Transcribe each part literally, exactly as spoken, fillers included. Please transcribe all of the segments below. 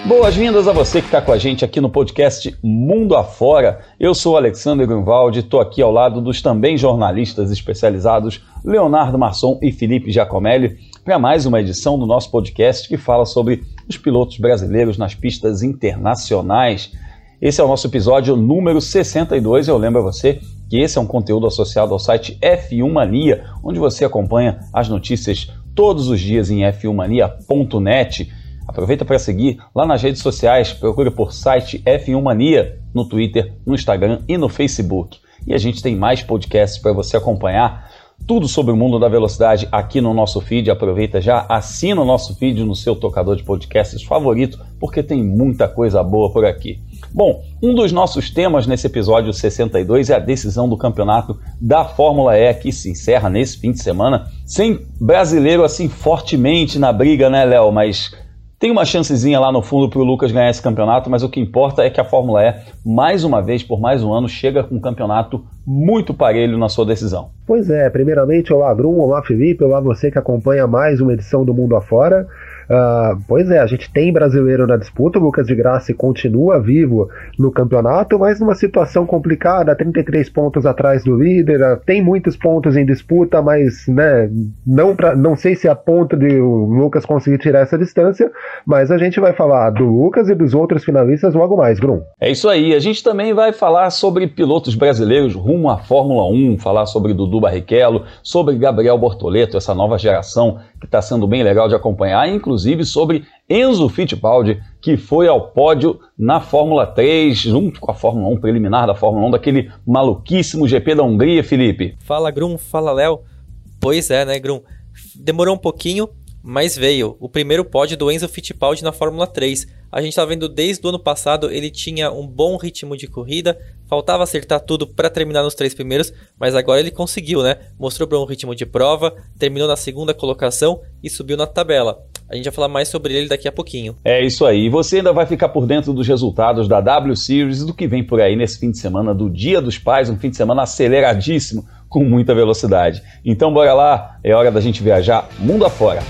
Boas-vindas a você que está com a gente aqui no podcast Mundo Afora. Eu sou Alexandre Grunwald, estou aqui ao lado dos também jornalistas especializados Leonardo Marçom e Felipe Giacomelli para mais uma edição do nosso podcast que fala sobre os pilotos brasileiros nas pistas internacionais. Esse é o nosso episódio número sessenta e dois. Eu lembro a você que esse é um conteúdo associado ao site F um Mania, onde você acompanha as notícias todos os dias em f um mania ponto net. Aproveita para seguir lá nas redes sociais, procura por site F um Mania no Twitter, no Instagram e no Facebook. E a gente tem mais podcasts para você acompanhar tudo sobre o mundo da velocidade aqui no nosso feed. Aproveita já, assina o nosso feed no seu tocador de podcasts favorito, porque tem muita coisa boa por aqui. Bom, um dos nossos temas nesse episódio sessenta e dois é a decisão do campeonato da Fórmula E, que se encerra nesse fim de semana, sem brasileiro assim fortemente na briga, né, Léo? Mas tem uma chancezinha lá no fundo para o Lucas ganhar esse campeonato, mas o que importa é que a Fórmula E, mais uma vez, por mais um ano, chega com um campeonato muito parelho na sua decisão. Pois é, primeiramente, olá Grum, olá Felipe, olá você que acompanha mais uma edição do Mundo Afora. Uh, pois é, a gente tem brasileiro na disputa, o Lucas de Grassi continua vivo no campeonato, mas numa situação complicada, trinta e três pontos atrás do líder, tem muitos pontos em disputa, mas né, não, pra, não sei se a ponto de o Lucas conseguir tirar essa distância, mas a gente vai falar do Lucas e dos outros finalistas logo mais, Grum. É isso aí, a gente também vai falar sobre pilotos brasileiros rumo à Fórmula um, falar sobre Dudu Barrichello, sobre Gabriel Bortoleto, essa nova geração que está sendo bem legal de acompanhar, inclusive sobre Enzo Fittipaldi, que foi ao pódio na Fórmula três, junto com a Fórmula um, preliminar da Fórmula um, daquele maluquíssimo G P da Hungria, Felipe. Fala, Grum, fala, Léo. Pois é, né, Grum? Demorou um pouquinho, mas veio o primeiro pódio do Enzo Fittipaldi na Fórmula três. A gente tá vendo desde o ano passado, ele tinha um bom ritmo de corrida, faltava acertar tudo para terminar nos três primeiros, mas agora ele conseguiu, né? Mostrou bom ritmo de prova, terminou na segunda colocação e subiu na tabela. A gente vai falar mais sobre ele daqui a pouquinho. É isso aí. E você ainda vai ficar por dentro dos resultados da W Series e do que vem por aí nesse fim de semana do Dia dos Pais, um fim de semana aceleradíssimo, com muita velocidade. Então bora lá, é hora da gente viajar mundo afora.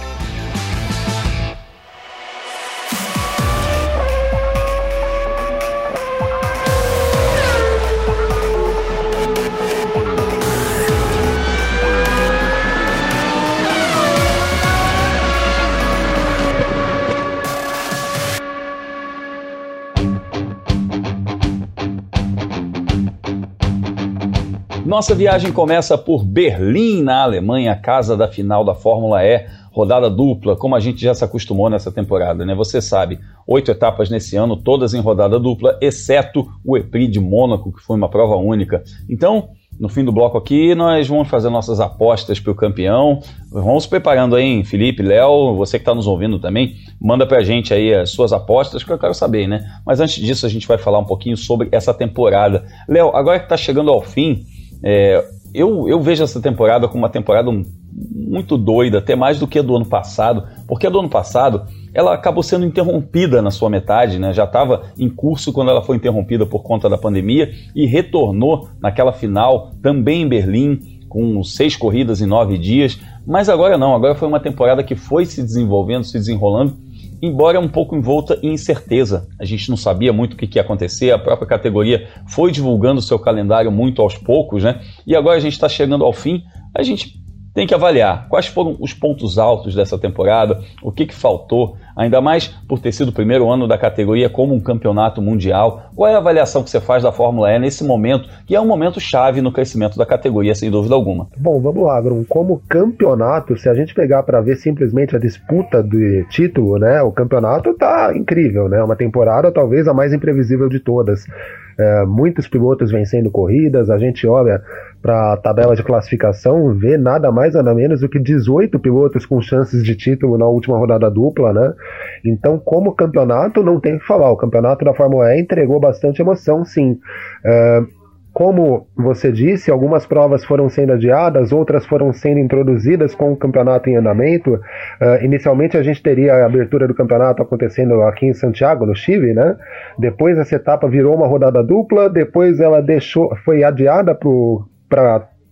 Nossa viagem começa por Berlim, na Alemanha, casa da final da Fórmula E, rodada dupla, como a gente já se acostumou nessa temporada, né? Você sabe, oito etapas nesse ano, todas em rodada dupla, exceto o E-Prix de Mônaco, que foi uma prova única. Então, no fim do bloco aqui, nós vamos fazer nossas apostas para o campeão. Vamos se preparando aí, hein? Felipe, Léo, você que está nos ouvindo também, manda pra gente aí as suas apostas, que eu quero saber, né? Mas antes disso, a gente vai falar um pouquinho sobre essa temporada. Léo, agora que está chegando ao fim, É, eu, eu vejo essa temporada como uma temporada muito doida, até mais do que a do ano passado, porque a do ano passado ela acabou sendo interrompida na sua metade, né? Já estava em curso quando ela foi interrompida por conta da pandemia e retornou naquela final também em Berlim, com seis corridas em nove dias, mas agora não, agora foi uma temporada que foi se desenvolvendo, se desenrolando, embora um pouco envolta em incerteza. A gente não sabia muito o que ia acontecer, a própria categoria foi divulgando o seu calendário muito aos poucos, né? E agora a gente está chegando ao fim, a gente tem que avaliar quais foram os pontos altos dessa temporada, o que, que faltou, ainda mais por ter sido o primeiro ano da categoria como um campeonato mundial. Qual é a avaliação que você faz da Fórmula E nesse momento, que é um momento chave no crescimento da categoria, sem dúvida alguma? Bom, vamos lá, Grum. Como campeonato, se a gente pegar para ver simplesmente a disputa de título, né, o campeonato tá incrível, né? Uma temporada talvez a mais imprevisível de todas. É, muitos pilotos vencendo corridas, a gente olha para a tabela de classificação, vê nada mais nada menos do que dezoito pilotos com chances de título na última rodada dupla, né? Então, como campeonato, não tem o que falar, o campeonato da Fórmula E entregou bastante emoção, sim. É, Como você disse, algumas provas foram sendo adiadas, outras foram sendo introduzidas com o campeonato em andamento. Uh, inicialmente a gente teria a abertura do campeonato acontecendo aqui em Santiago, no Chile, né? Depois essa etapa virou uma rodada dupla, depois ela deixou, foi adiada para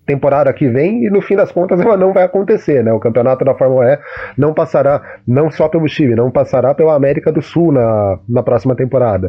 temporada que vem e no fim das contas ela não vai acontecer, né? O campeonato da Fórmula E não passará, não só pelo Chile, não passará pela América do Sul na, na próxima temporada.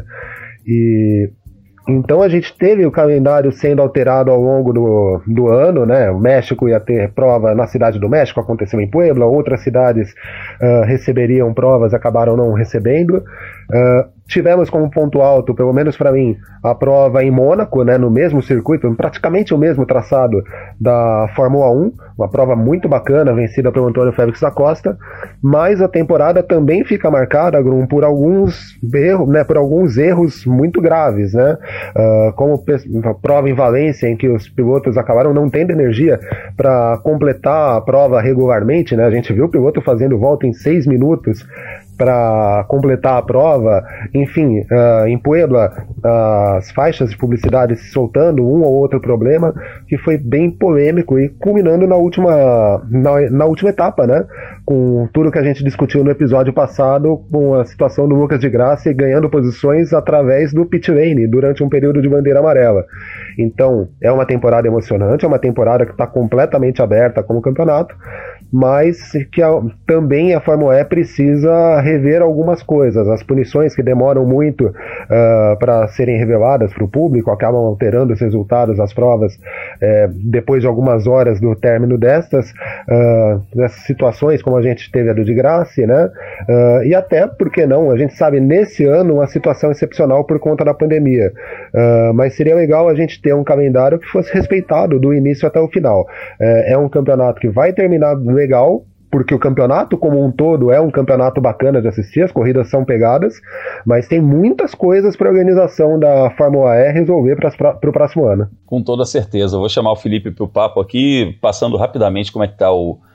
E então a gente teve o calendário sendo alterado ao longo do, do ano, né? O México ia ter prova na cidade do México, aconteceu em Puebla, outras cidades uh, receberiam provas, acabaram não recebendo. Uh, tivemos como ponto alto, pelo menos para mim, a prova em Mônaco, né, no mesmo circuito, praticamente o mesmo traçado da Fórmula um, uma prova muito bacana, vencida pelo Antônio Félix da Costa, mas a temporada também fica marcada, Grum, por alguns erros, né, por alguns erros muito graves, né, uh, como a prova em Valência, em que os pilotos acabaram não tendo energia para completar a prova regularmente, né, a gente viu o piloto fazendo volta em seis minutos para completar a prova, enfim, uh, em Puebla, uh, as faixas de publicidade se soltando, um ou outro problema, que foi bem polêmico e culminando na última, na, na última etapa, né, com tudo que a gente discutiu no episódio passado, com a situação do Lucas de Grassi ganhando posições através do pit lane durante um período de bandeira amarela. Então, é uma temporada emocionante, é uma temporada que está completamente aberta como campeonato, mas que a, também a Fórmula E precisa rever algumas coisas. As punições que demoram muito uh, para serem reveladas para o público acabam alterando os resultados das provas uh, depois de algumas horas do término destas, uh, dessas situações como a gente teve a do de Grassi, né? Uh, e até, por que não, a gente sabe nesse ano uma situação excepcional por conta da pandemia, uh, mas seria legal a gente ter um calendário que fosse respeitado do início até o final. Uh, é um campeonato que vai terminar legal, porque o campeonato como um todo é um campeonato bacana de assistir, as corridas são pegadas, mas tem muitas coisas para a organização da Fórmula E resolver para o próximo ano. Com toda certeza. Eu vou chamar o Felipe para o papo aqui, passando rapidamente como é que está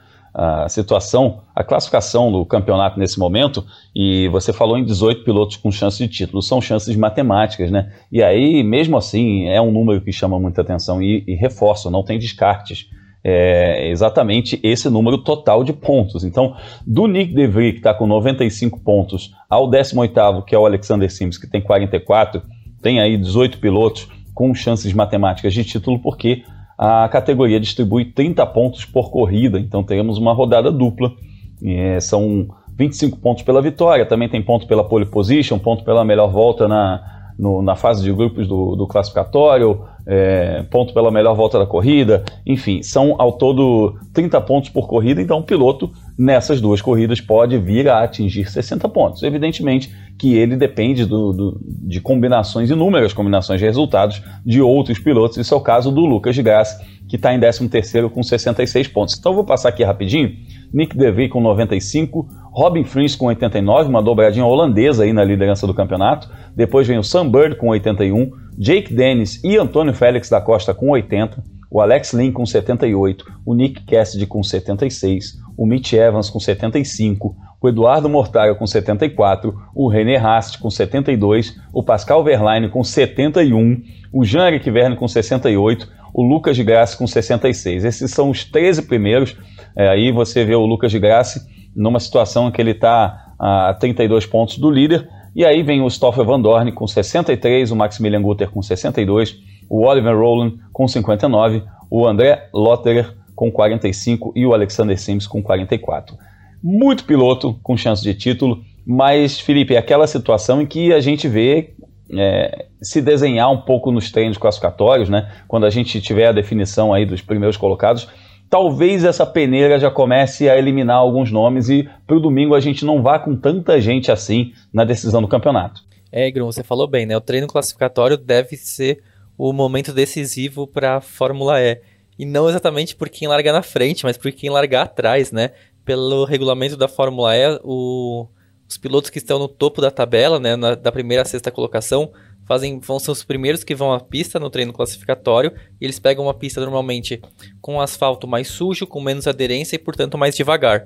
a situação, a classificação do campeonato nesse momento, e você falou em dezoito pilotos com chance de título, são chances matemáticas, né? E aí, mesmo assim, é um número que chama muita atenção e, e reforço, não tem descartes. É exatamente esse número total de pontos. Então, do Nick De Vries, que está com noventa e cinco pontos, ao décimo oitavo, que é o Alexander Sims, que tem quarenta e quatro, tem aí dezoito pilotos com chances matemáticas de título, porque a categoria distribui trinta pontos por corrida, então teremos uma rodada dupla. É, são vinte e cinco pontos pela vitória, também tem ponto pela pole position, ponto pela melhor volta na, no, na fase de grupos do, do classificatório, É, ponto pela melhor volta da corrida, enfim, são ao todo trinta pontos por corrida, então o piloto nessas duas corridas pode vir a atingir sessenta pontos. Evidentemente que ele depende do, do, de combinações, inúmeras combinações de resultados de outros pilotos, isso é o caso do Lucas de Grassi, que está em décimo terceiro com sessenta e seis pontos. Então eu vou passar aqui rapidinho: Nick De Vries com noventa e cinco, Robin Fries com oitenta e nove, uma dobradinha holandesa aí na liderança do campeonato. Depois vem o Sam Bird com oitenta e um, Jake Dennis e Antônio Félix da Costa com oitenta, o Alex Lynn com setenta e oito, o Nick Cassidy com setenta e seis, o Mitch Evans com setenta e cinco, o Eduardo Mortara com setenta e quatro, o René Rast com setenta e dois, o Pascal Wehrlein com setenta e um, o Jean-Eric Verne com sessenta e oito, o Lucas de Grassi com sessenta e seis. Esses são os treze primeiros. É, aí você vê o Lucas de Grassi numa situação em que ele está a trinta e dois pontos do líder. E aí vem o Stoffel Van Dorn com sessenta e três, o Maximilian Guter com sessenta e dois, o Oliver Rowland com cinquenta e nove, o André Lotterer com quarenta e cinco e o Alexander Sims com quarenta e quatro. Muito piloto com chance de título, mas, Felipe, é aquela situação em que a gente vê é, se desenhar um pouco nos treinos classificatórios, né? Quando a gente tiver a definição aí dos primeiros colocados, talvez essa peneira já comece a eliminar alguns nomes e para o domingo a gente não vá com tanta gente assim na decisão do campeonato. É, Grum, você falou bem, né? O treino classificatório deve ser o momento decisivo para a Fórmula E. E não exatamente por quem larga na frente, mas por quem largar atrás, né? Pelo regulamento da Fórmula E, o... os pilotos que estão no topo da tabela, né, na, da primeira a sexta colocação, fazem, vão ser os primeiros que vão à pista no treino classificatório, e eles pegam uma pista normalmente com asfalto mais sujo, com menos aderência e, portanto, mais devagar.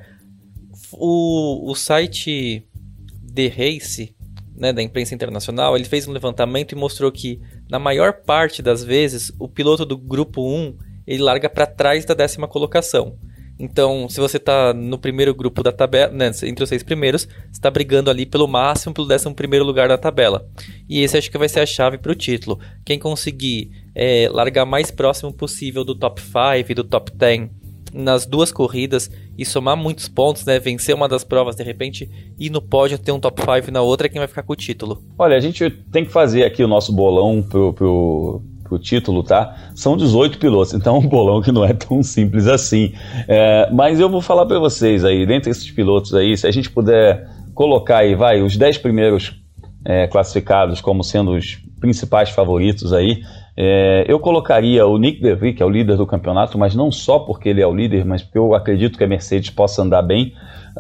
O, o site The Race, né, da imprensa internacional, ele fez um levantamento e mostrou que, na maior parte das vezes, o piloto do grupo um ele larga para trás da décima colocação. Então, se você tá no primeiro grupo da tabela, né, entre os seis primeiros, você tá brigando ali pelo máximo, pelo décimo primeiro lugar da tabela. E esse acho que vai ser a chave para o título. Quem conseguir é, largar mais próximo possível do top cinco e do top dez nas duas corridas e somar muitos pontos, né, vencer uma das provas, de repente ir no pódio, ter um top cinco na outra, é quem vai ficar com o título. Olha, a gente tem que fazer aqui o nosso bolão pro... pro... o título, tá? São dezoito pilotos, então é um bolão que não é tão simples assim. É, mas eu vou falar para vocês aí, dentre esses pilotos aí, se a gente puder colocar aí, vai, os dez primeiros é, classificados como sendo os principais favoritos aí, é, eu colocaria o Nick De Vries, que é o líder do campeonato, mas não só porque ele é o líder, mas porque eu acredito que a Mercedes possa andar bem,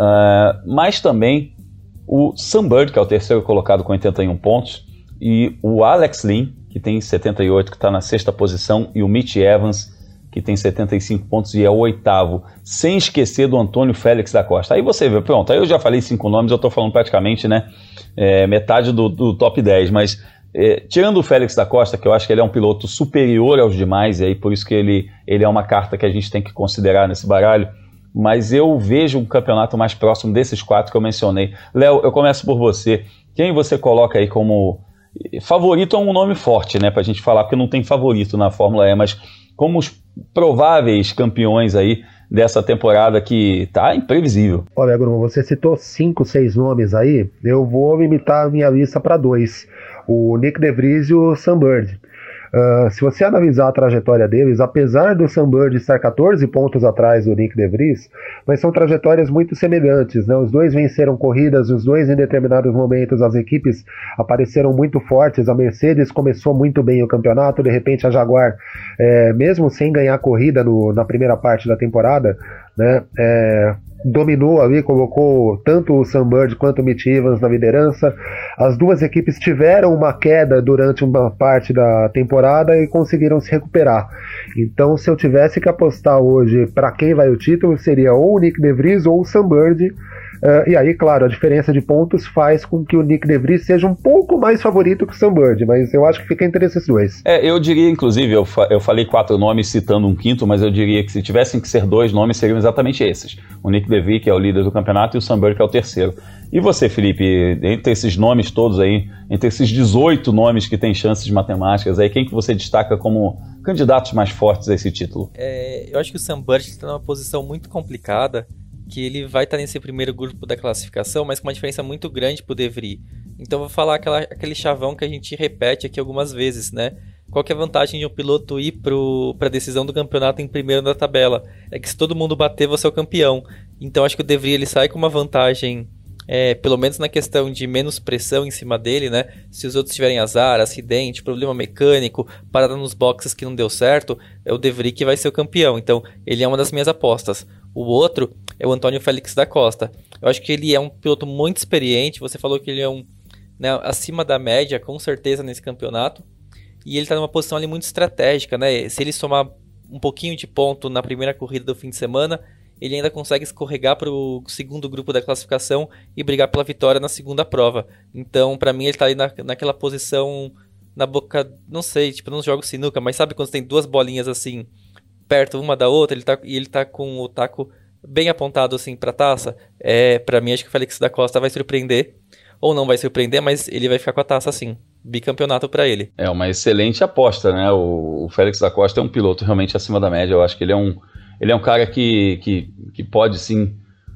uh, mas também o Sam Bird, que é o terceiro colocado com oitenta e um pontos, e o Alex Lynn, que tem setenta e oito, que está na sexta posição, e o Mitch Evans, que tem setenta e cinco pontos e é o oitavo, sem esquecer do Antônio Félix da Costa. Aí você vê, pronto, aí eu já falei cinco nomes, eu estou falando praticamente, né, é, metade do, do top dez, mas é, tirando o Félix da Costa, que eu acho que ele é um piloto superior aos demais, e aí por isso que ele, ele é uma carta que a gente tem que considerar nesse baralho, mas eu vejo um campeonato mais próximo desses quatro que eu mencionei. Léo, eu começo por você. Quem você coloca aí como... Favorito é um nome forte, né, pra gente falar, porque não tem favorito na Fórmula E, mas como os prováveis campeões aí dessa temporada que tá imprevisível. Olha, Bruno, você citou cinco, seis nomes aí, eu vou limitar a minha lista para dois, o Nick De Vries e o Sam Bird. Uh, se você analisar a trajetória deles, apesar do Sam Bird estar quatorze pontos atrás do Nick De Vries, mas são trajetórias muito semelhantes, né? Os dois venceram corridas, os dois em determinados momentos as equipes apareceram muito fortes, a Mercedes começou muito bem o campeonato, de repente a Jaguar, é, mesmo sem ganhar corrida no, na primeira parte da temporada, né, é, dominou ali, colocou tanto o Sam Bird quanto o Mitch Evans na liderança. As duas equipes tiveram uma queda durante uma parte da temporada e conseguiram se recuperar. Então, se eu tivesse que apostar hoje para quem vai o título, seria ou o Nick De Vries ou o Sam Bird. Uh, e aí, claro, a diferença de pontos faz com que o Nick De Vries seja um pouco mais favorito que o Sam Bird, mas eu acho que fica entre esses dois. É, eu diria, inclusive, eu, fa- eu falei quatro nomes citando um quinto, mas eu diria que se tivessem que ser dois nomes, seriam exatamente esses. O Nick De Vries, que é o líder do campeonato, e o Sam Bird, que é o terceiro. E você, Felipe, entre esses nomes todos aí, entre esses dezoito nomes que têm chances matemáticas, aí, quem que você destaca como candidatos mais fortes a esse título? É, eu acho que o Sam Bird está numa posição muito complicada, que ele vai estar nesse primeiro grupo da classificação, mas com uma diferença muito grande pro De Vries. Então vou falar aquela, aquele chavão que a gente repete aqui algumas vezes, né? Qual que é a vantagem de um piloto ir para a decisão do campeonato em primeiro na tabela? É que se todo mundo bater, você é o campeão. Então acho que o De Vries ele sai com uma vantagem, é, pelo menos na questão de menos pressão em cima dele, né? Se os outros tiverem azar, acidente, problema mecânico, parada nos boxes que não deu certo, é o De Vries que vai ser o campeão. Então ele é uma das minhas apostas. O outro é o Antônio Félix da Costa. Eu acho que ele é um piloto muito experiente. Você falou que ele é um, né, acima da média, com certeza, nesse campeonato. E ele está numa posição ali muito estratégica, né? Se ele somar um pouquinho de ponto na primeira corrida do fim de semana, ele ainda consegue escorregar para o segundo grupo da classificação e brigar pela vitória na segunda prova. Então, para mim, ele está ali na, naquela posição, na boca, não sei, tipo, não jogo sinuca, mas sabe quando tem duas bolinhas assim, perto uma da outra, ele tá, e ele tá com o taco bem apontado assim pra taça? É, pra mim, acho que o Félix da Costa vai surpreender, ou não vai surpreender, mas ele vai ficar com a taça assim, bicampeonato pra ele. É uma excelente aposta, né? O, o Félix da Costa é um piloto realmente acima da média. Eu acho que ele é um, ele é um cara que, que, que pode sim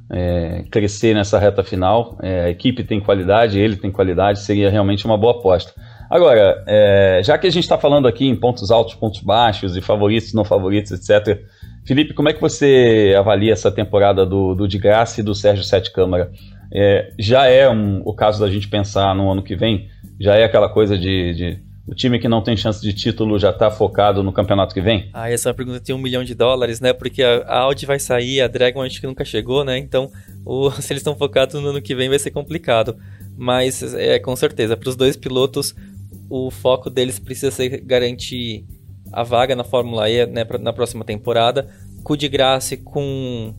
é, crescer nessa reta final. É, a equipe tem qualidade, ele tem qualidade, seria realmente uma boa aposta. Agora, é, já que a gente está falando aqui em pontos altos, pontos baixos e favoritos, não favoritos, etcétera. Felipe, como é que você avalia essa temporada do, do de Graça e do Sérgio Sete Câmara? É, já é um, o caso da gente pensar no ano que vem? Já é aquela coisa de, de o time que não tem chance de título já está focado no campeonato que vem? Ah, essa pergunta tem um milhão de dólares, né? Porque a, a Audi vai sair, a Dragon acho que nunca chegou, né? Então, o, se eles estão focados no ano que vem vai ser complicado. Mas, é, com certeza, para os dois pilotos, o foco deles precisa ser garantir a vaga na Fórmula E, né, pra, na próxima temporada. Com o de Graça, com,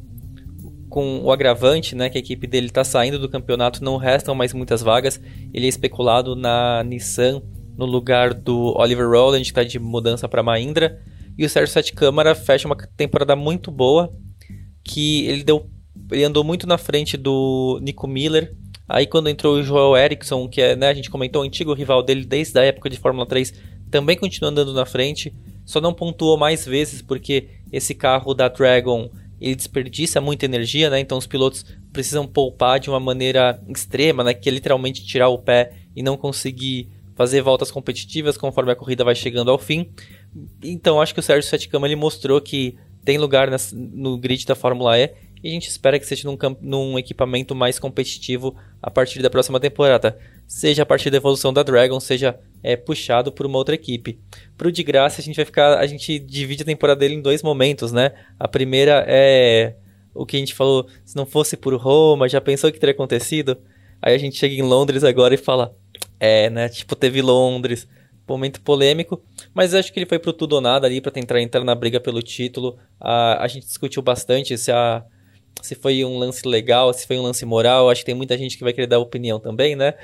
com o agravante, né, que a equipe dele está saindo do campeonato, não restam mais muitas vagas. Ele é especulado na Nissan no lugar do Oliver Rowland, que está de mudança para Mahindra. E o Sérgio Sete Câmara fecha uma temporada muito boa, que ele deu, ele andou muito na frente do Nico Miller. Aí quando entrou o Joel Eriksson, que é, né, a gente comentou, o antigo rival dele desde a época de Fórmula três, também continuou andando na frente, só não pontuou mais vezes porque esse carro da Dragon, ele desperdiça muita energia, né? Então os pilotos precisam poupar de uma maneira extrema, né? Que é literalmente tirar o pé e não conseguir fazer voltas competitivas conforme a corrida vai chegando ao fim. Então acho que o Sérgio Sete Câmara ele mostrou que tem lugar nessa, no grid da Fórmula E, e a gente espera que seja num, num equipamento mais competitivo a partir da próxima temporada. Seja a partir da evolução da Dragon, seja é, puxado por uma outra equipe. Pro de graça, a gente vai ficar. A gente divide a temporada dele em dois momentos, né? A primeira é o que a gente falou, se não fosse por Roma, já pensou o que teria acontecido? Aí a gente chega em Londres agora e fala, é, né? Tipo, teve Londres. Momento polêmico, mas eu acho que ele foi pro tudo ou nada ali para tentar entrar na briga pelo título. A, a gente discutiu bastante se, a, se foi um lance legal, se foi um lance moral. Acho que tem muita gente que vai querer dar opinião também, né?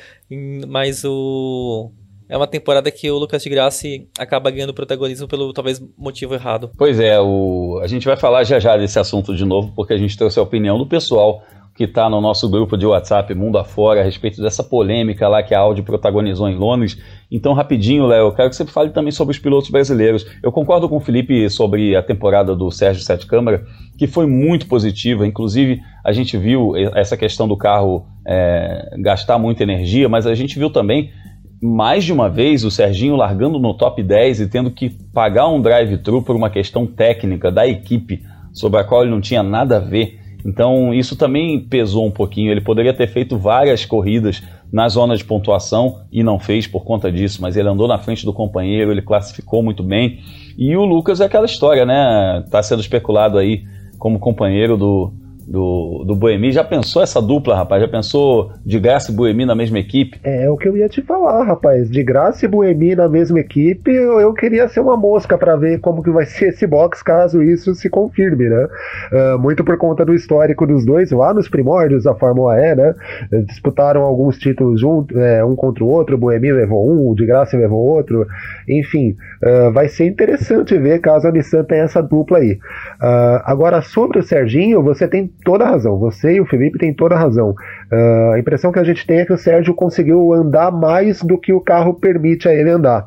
Mas o... é uma temporada que o Lucas de Grassi acaba ganhando protagonismo pelo talvez motivo errado. Pois é, o... a gente vai falar já já desse assunto de novo, porque a gente trouxe a opinião do pessoal que está no nosso grupo de WhatsApp Mundo Afora a respeito dessa polêmica lá que a Audi protagonizou em Londres. Então, rapidinho, Léo, eu quero que você fale também sobre os pilotos brasileiros. Eu concordo com o Felipe sobre a temporada do Sérgio Sete Câmara, que foi muito positiva. Inclusive, a gente viu essa questão do carro é, gastar muita energia, mas a gente viu também, mais de uma vez, o Serginho largando no top dez e tendo que pagar um drive-thru por uma questão técnica da equipe, sobre a qual ele não tinha nada a ver. Então isso também pesou um pouquinho. Ele poderia ter feito várias corridas na zona de pontuação e não fez por conta disso, mas ele andou na frente do companheiro, ele classificou muito bem. E o Lucas é aquela história, né? Está sendo especulado aí como companheiro do, do, do Buemi. Já pensou essa dupla, rapaz? Já pensou de Grassi e Buemi na mesma equipe? É o que eu ia te falar, rapaz. De Grassi e Buemi na mesma equipe, eu, eu queria ser uma mosca para ver como que vai ser esse box caso isso se confirme, né? Uh, muito por conta do histórico dos dois, lá nos primórdios da Fórmula E, né? Eles disputaram alguns títulos junto, é, um contra o outro, o Buemi levou um, o de Grassi levou outro. Enfim, uh, vai ser interessante ver caso a Nissan tenha essa dupla aí. Uh, agora, sobre o Serginho, você tem toda a razão. Você e o Felipe têm toda a razão. Uh, a impressão que a gente tem é que o Sérgio conseguiu andar mais do que o carro permite a ele andar.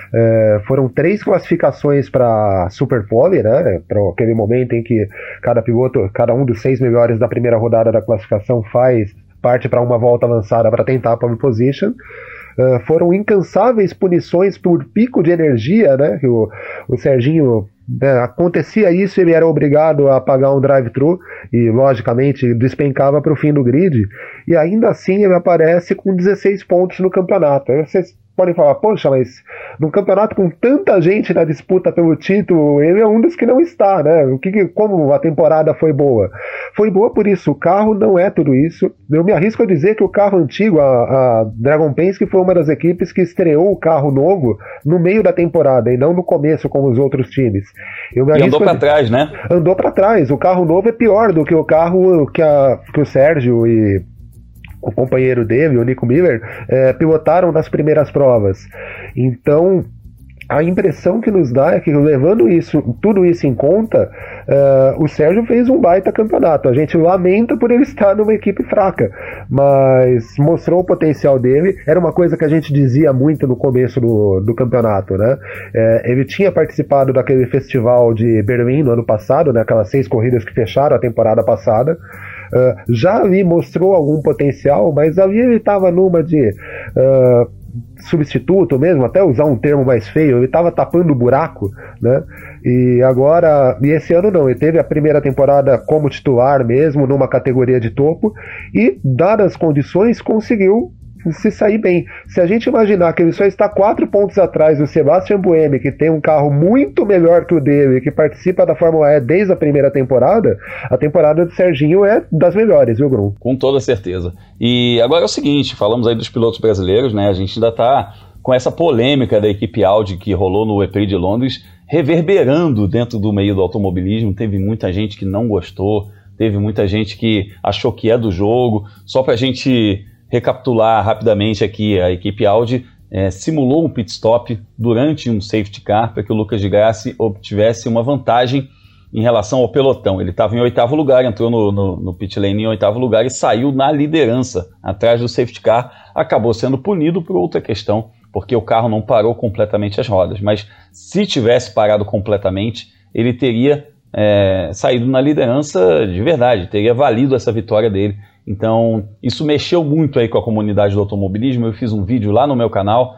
Uh, foram três classificações para Super Pole, né? Para aquele momento em que cada piloto, cada um dos seis melhores da primeira rodada da classificação faz parte para uma volta avançada para tentar a pole position. Uh, foram incansáveis punições por pico de energia, né? Que o, o Serginho, né, acontecia isso, ele era obrigado a pagar um drive-thru e, logicamente, despencava para o fim do grid. E ainda assim ele aparece com dezesseis pontos no campeonato. Aí vocês podem falar, poxa, mas num campeonato com tanta gente na disputa pelo título, ele é um dos que não está, né? O que, como a temporada foi boa? Foi boa por isso, o carro não é tudo isso. Eu me arrisco a dizer que o carro antigo, a, a Dragon Penske, foi uma das equipes que estreou o carro novo no meio da temporada e não no começo como os outros times. Eu me e andou para trás, né? Andou para trás. O carro novo é pior do que o carro que, a, que o Sérgio e o companheiro dele, o Nico Miller, é, pilotaram nas primeiras provas. Então, a impressão que nos dá é que, levando isso, tudo isso em conta, uh, o Sérgio fez um baita campeonato. A gente lamenta por ele estar numa equipe fraca, mas mostrou o potencial dele. Era uma coisa que a gente dizia muito no começo do, do campeonato, né? É, ele tinha participado daquele festival de Berlim no ano passado, né? Aquelas seis corridas que fecharam a temporada passada. Uh, já ali mostrou algum potencial, mas ali ele estava numa de uh, substituto mesmo, até usar um termo mais feio, ele estava tapando o buraco, né? E agora, e esse ano não, ele teve a primeira temporada como titular mesmo, numa categoria de topo, e dadas as condições conseguiu se sair bem. Se a gente imaginar que ele só está quatro pontos atrás do Sebastian Buemi, que tem um carro muito melhor que o dele, que participa da Fórmula E desde a primeira temporada, a temporada do Serginho é das melhores, viu, Grum? Com toda certeza. E agora é o seguinte, falamos aí dos pilotos brasileiros, né? A gente ainda está com essa polêmica da equipe Audi que rolou no E P R I de Londres, reverberando dentro do meio do automobilismo. Teve muita gente que não gostou, teve muita gente que achou que é do jogo. Só para a gente recapitular rapidamente aqui, a equipe Audi é, simulou um pit stop durante um safety car para que o Lucas de Grassi obtivesse uma vantagem em relação ao pelotão. Ele estava em oitavo lugar, entrou no, no, no pit lane em oitavo lugar e saiu na liderança, atrás do safety car. Acabou sendo punido por outra questão, porque o carro não parou completamente as rodas. Mas se tivesse parado completamente, ele teria é, saído na liderança de verdade, teria valido essa vitória dele. Então, isso mexeu muito aí com a comunidade do automobilismo. Eu fiz um vídeo lá no meu canal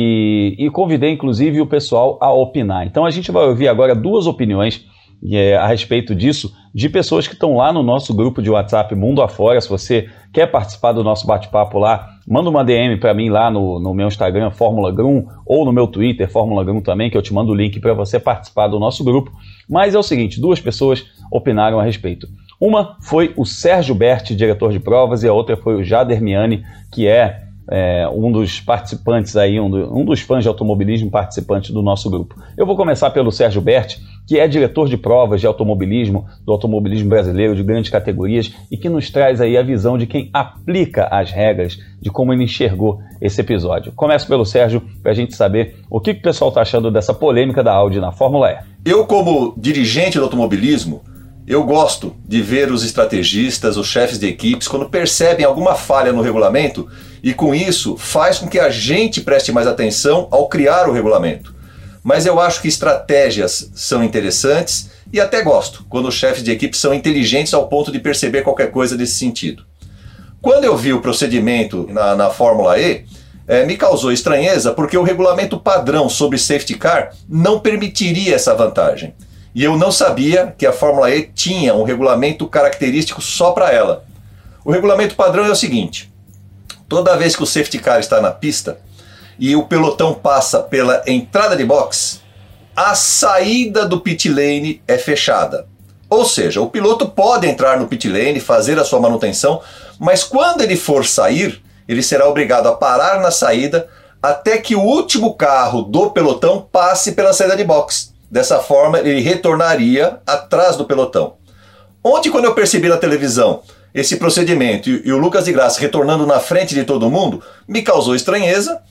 e, e convidei, inclusive, o pessoal a opinar. Então, a gente vai ouvir agora duas opiniões é, a respeito disso, de pessoas que estão lá no nosso grupo de WhatsApp Mundo Afora. Se você quer participar do nosso bate-papo lá, manda uma D M para mim lá no, no meu Instagram, Fórmula Grum, ou no meu Twitter, Fórmula Grum também, que eu te mando o link para você participar do nosso grupo. Mas é o seguinte, duas pessoas opinaram a respeito. Uma foi o Sérgio Berti, diretor de provas, e a outra foi o Jader Miani, que é, é um dos participantes aí, um, do, um dos fãs de automobilismo participantes do nosso grupo. Eu vou começar pelo Sérgio Berti, que é diretor de provas de automobilismo, do automobilismo brasileiro, de grandes categorias, e que nos traz aí a visão de quem aplica as regras, de como ele enxergou esse episódio. Começo pelo Sérgio, para a gente saber o que, que o pessoal está achando dessa polêmica da Audi na Fórmula E. Eu, como dirigente do automobilismo, eu gosto de ver os estrategistas, os chefes de equipes, quando percebem alguma falha no regulamento, e com isso faz com que a gente preste mais atenção ao criar o regulamento. Mas eu acho que estratégias são interessantes e até gosto quando os chefes de equipe são inteligentes ao ponto de perceber qualquer coisa desse sentido. Quando eu vi o procedimento na, na Fórmula E, é, me causou estranheza porque o regulamento padrão sobre safety car não permitiria essa vantagem. E eu não sabia que a Fórmula E tinha um regulamento característico só para ela. O regulamento padrão é o seguinte: toda vez que o safety car está na pista e o pelotão passa pela entrada de box, a saída do pit lane é fechada. Ou seja, o piloto pode entrar no pit lane, fazer a sua manutenção, mas quando ele for sair, ele será obrigado a parar na saída até que o último carro do pelotão passe pela saída de box. Dessa forma, ele retornaria atrás do pelotão. Ontem, quando eu percebi na televisão esse procedimento e, e o Lucas de Grassi retornando na frente de todo mundo, me causou estranheza.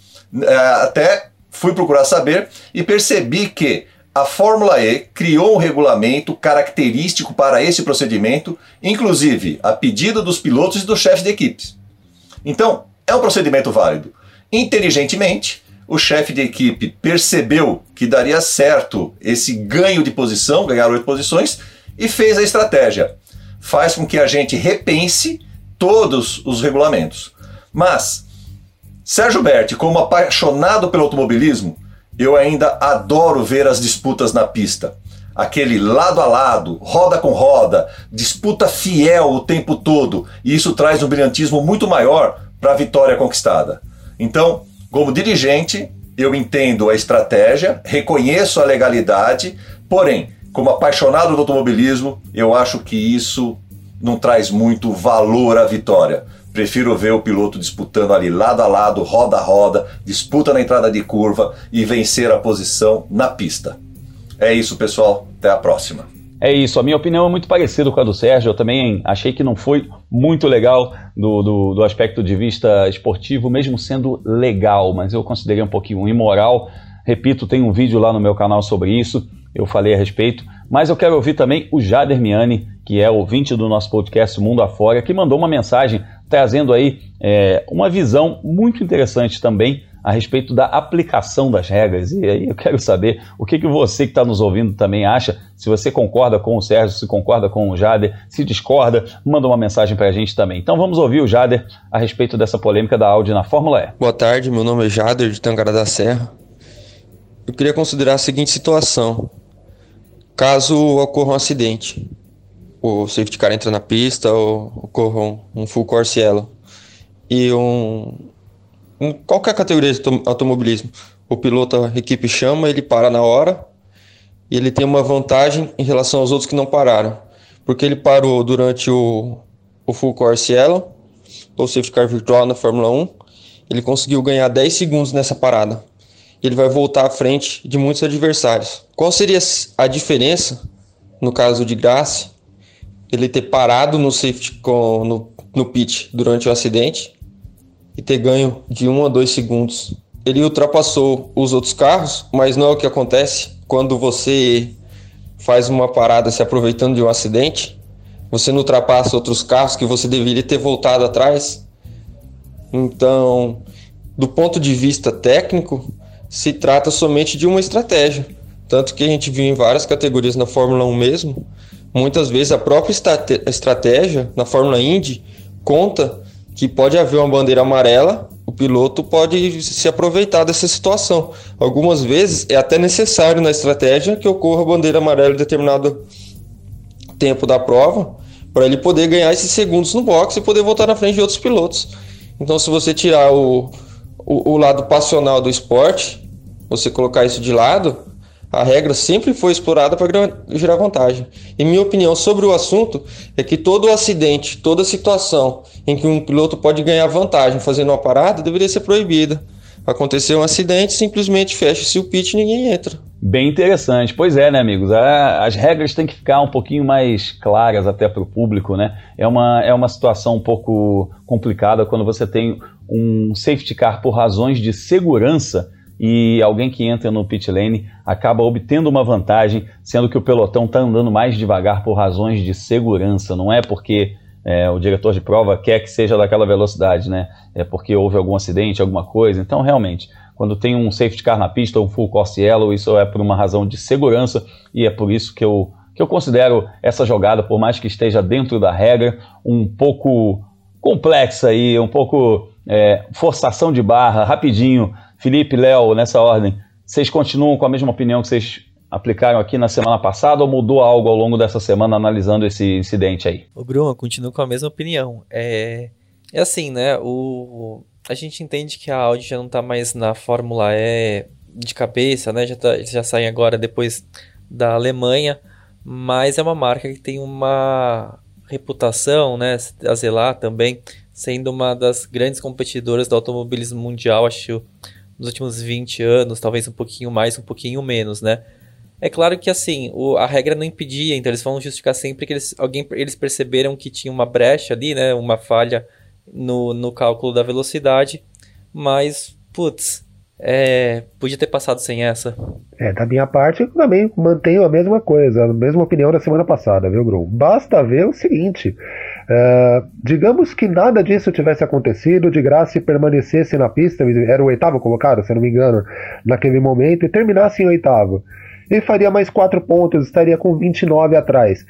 Até fui procurar saber e percebi que a Fórmula E criou um regulamento característico para esse procedimento, inclusive a pedido dos pilotos e dos chefes de equipes. Então, é um procedimento válido. Inteligentemente, o chefe de equipe percebeu que daria certo esse ganho de posição, ganhar oito posições, e fez a estratégia. Faz com que a gente repense todos os regulamentos. Mas Sérgio Berti, como apaixonado pelo automobilismo, eu ainda adoro ver as disputas na pista. Aquele lado a lado, roda com roda, disputa fiel o tempo todo, e isso traz um brilhantismo muito maior para a vitória conquistada. Então, como dirigente, eu entendo a estratégia, reconheço a legalidade, porém, como apaixonado do automobilismo, eu acho que isso não traz muito valor à vitória. Prefiro ver o piloto disputando ali lado a lado, roda a roda, disputa na entrada de curva e vencer a posição na pista. É isso, pessoal. Até a próxima. É isso. A minha opinião é muito parecida com a do Sérgio. Eu também achei que não foi muito legal do, do, do aspecto de vista esportivo, mesmo sendo legal, mas eu considerei um pouquinho imoral. Repito, tem um vídeo lá no meu canal sobre isso. Eu falei a respeito. Mas eu quero ouvir também o Jader Miani, que é ouvinte do nosso podcast Mundo Afora, que mandou uma mensagem trazendo aí é, uma visão muito interessante também a respeito da aplicação das regras. E aí eu quero saber o que, que você que está nos ouvindo também acha, se você concorda com o Sérgio, se concorda com o Jader, se discorda, manda uma mensagem para a gente também. Então vamos ouvir o Jader a respeito dessa polêmica da Audi na Fórmula E. Boa tarde, meu nome é Jader, de Tangará da Serra. Eu queria considerar a seguinte situação: caso ocorra um acidente, o safety car entra na pista ou ocorra um, um full course yellow, e um, um, qualquer categoria de automobilismo, o piloto, a equipe chama, ele para na hora e ele tem uma vantagem em relação aos outros que não pararam, porque ele parou durante o, o full course yellow, ou safety car virtual na Fórmula um, ele conseguiu ganhar dez segundos nessa parada. Ele vai voltar à frente de muitos adversários. Qual seria a diferença, no caso de Grassi, ele ter parado no safety com, no, no pit durante o acidente e ter ganho de um a dois segundos? Ele ultrapassou os outros carros, mas não é o que acontece quando você faz uma parada se aproveitando de um acidente, você não ultrapassa outros carros que você deveria ter voltado atrás. Então, do ponto de vista técnico, se trata somente de uma estratégia. Tanto que a gente viu em várias categorias na Fórmula um mesmo, muitas vezes a própria estrate- estratégia na Fórmula Indy conta que pode haver uma bandeira amarela, o piloto pode se aproveitar dessa situação. Algumas vezes é até necessário na estratégia que ocorra a bandeira amarela em determinado tempo da prova, para ele poder ganhar esses segundos no boxe e poder voltar na frente de outros pilotos. Então, se você tirar o, o, o lado passional do esporte, você colocar isso de lado, a regra sempre foi explorada para gerar vantagem. E minha opinião sobre o assunto é que todo acidente, toda situação em que um piloto pode ganhar vantagem fazendo uma parada, deveria ser proibida. Aconteceu um acidente, simplesmente fecha-se o pit e ninguém entra. Bem interessante. Pois é, né, amigos? As regras têm que ficar um pouquinho mais claras até para o público, né? É uma, é uma situação um pouco complicada quando você tem um safety car por razões de segurança e alguém que entra no pit lane acaba obtendo uma vantagem, sendo que o pelotão está andando mais devagar por razões de segurança. Não é porque é, o diretor de prova quer que seja daquela velocidade, né? É porque houve algum acidente, alguma coisa. Então, realmente, quando tem um safety car na pista, um full course yellow, isso é por uma razão de segurança e é por isso que eu, que eu considero essa jogada, por mais que esteja dentro da regra, um pouco complexa aí, um pouco é, forçação de barra, rapidinho. Felipe, Léo, nessa ordem, vocês continuam com a mesma opinião que vocês aplicaram aqui na semana passada ou mudou algo ao longo dessa semana analisando esse incidente aí? O Bruno, eu continuo com a mesma opinião. É, é assim, né? O, a gente entende que a Audi já não está mais na Fórmula E de cabeça, né? Já, tá, já saem agora depois da Alemanha, mas é uma marca que tem uma reputação, né? A zelar também, sendo uma das grandes competidoras do automobilismo mundial, acho, nos últimos vinte anos, talvez um pouquinho mais, um pouquinho menos, né? É claro que, assim, o, a regra não impedia, então eles vão justificar sempre que eles, alguém, eles perceberam que tinha uma brecha ali, né? Uma falha no, no cálculo da velocidade, mas, putz, é, podia ter passado sem essa. É, da minha parte, eu também mantenho a mesma coisa, a mesma opinião da semana passada, viu, Grum? Basta ver o seguinte... Uh, digamos que nada disso tivesse acontecido, de Grassi permanecesse na pista, era o oitavo colocado, se eu não me engano, naquele momento, e terminasse em oitavo. Ele faria mais quatro pontos, estaria com vinte e nove atrás,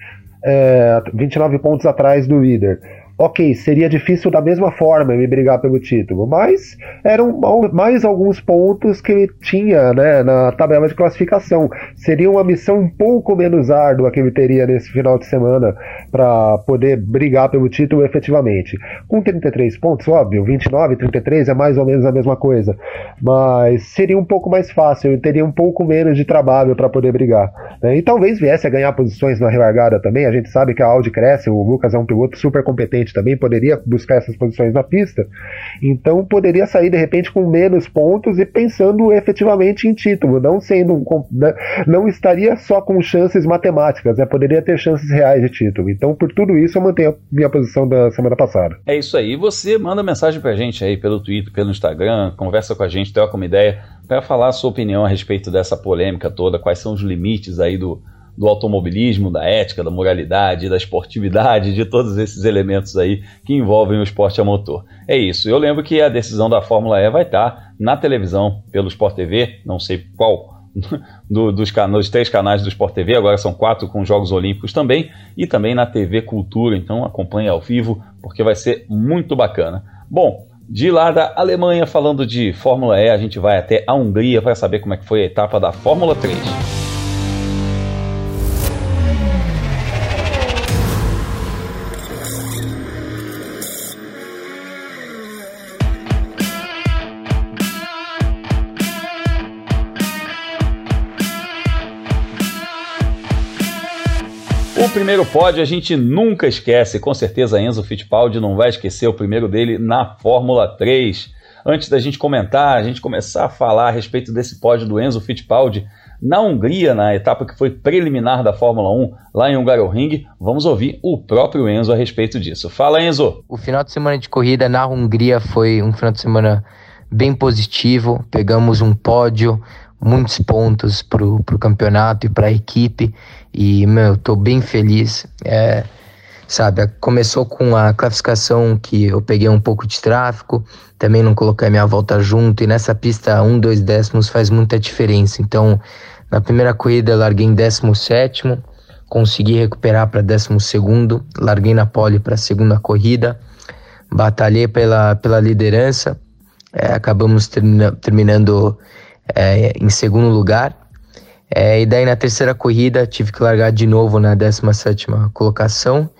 é, vinte e nove pontos atrás do líder. Ok, seria difícil da mesma forma ele brigar pelo título, mas eram mais alguns pontos que ele tinha, né, na tabela de classificação. Seria uma missão um pouco menos árdua que ele teria nesse final de semana para poder brigar pelo título efetivamente. Com trinta e três pontos, óbvio, vinte e nove, trinta e três é mais ou menos a mesma coisa, mas seria um pouco mais fácil, ele teria um pouco menos de trabalho para poder brigar, né? E talvez viesse a ganhar posições na relargada também. A gente sabe que a Audi cresce, o Lucas é um piloto super competente também, poderia buscar essas posições na pista, então poderia sair de repente com menos pontos e pensando efetivamente em título, não sendo um, não estaria só com chances matemáticas, né? Poderia ter chances reais de título. Então, por tudo isso, eu mantenho a minha posição da semana passada. É isso aí. Você manda mensagem pra gente aí pelo Twitter, pelo Instagram, conversa com a gente, troca uma ideia para falar a sua opinião a respeito dessa polêmica toda, quais são os limites aí do do automobilismo, da ética, da moralidade, da esportividade, de todos esses elementos aí que envolvem o esporte a motor. É isso. Eu lembro que a decisão da Fórmula E vai estar na televisão pelo Sport T V, não sei qual do, dos, dos três canais do Sport T V, agora são quatro com Jogos Olímpicos também, e também na T V Cultura, então acompanhe ao vivo, porque vai ser muito bacana. Bom, de lá da Alemanha, falando de Fórmula E, a gente vai até a Hungria para saber como é que foi a etapa da Fórmula três. O primeiro pódio a gente nunca esquece, com certeza Enzo Fittipaldi não vai esquecer o primeiro dele na Fórmula três. Antes da gente comentar, a gente começar a falar a respeito desse pódio do Enzo Fittipaldi na Hungria, na etapa que foi preliminar da Fórmula um, lá em Hungaroring, vamos ouvir o próprio Enzo a respeito disso. Fala, Enzo! O final de semana de corrida na Hungria foi um final de semana bem positivo, pegamos um pódio muitos pontos pro, pro campeonato e pra equipe, e, meu, tô bem feliz. É, sabe, começou com a classificação que eu peguei um pouco de tráfego, também não coloquei minha volta junto, e nessa pista um, dois décimos faz muita diferença. Então, na primeira corrida eu larguei em décimo sétimo, consegui recuperar para décimo segundo, larguei na pole para a segunda corrida, batalhei pela, pela liderança, é, acabamos termina, terminando é, em segundo lugar, é, e daí na terceira corrida tive que largar de novo na décima sétima colocação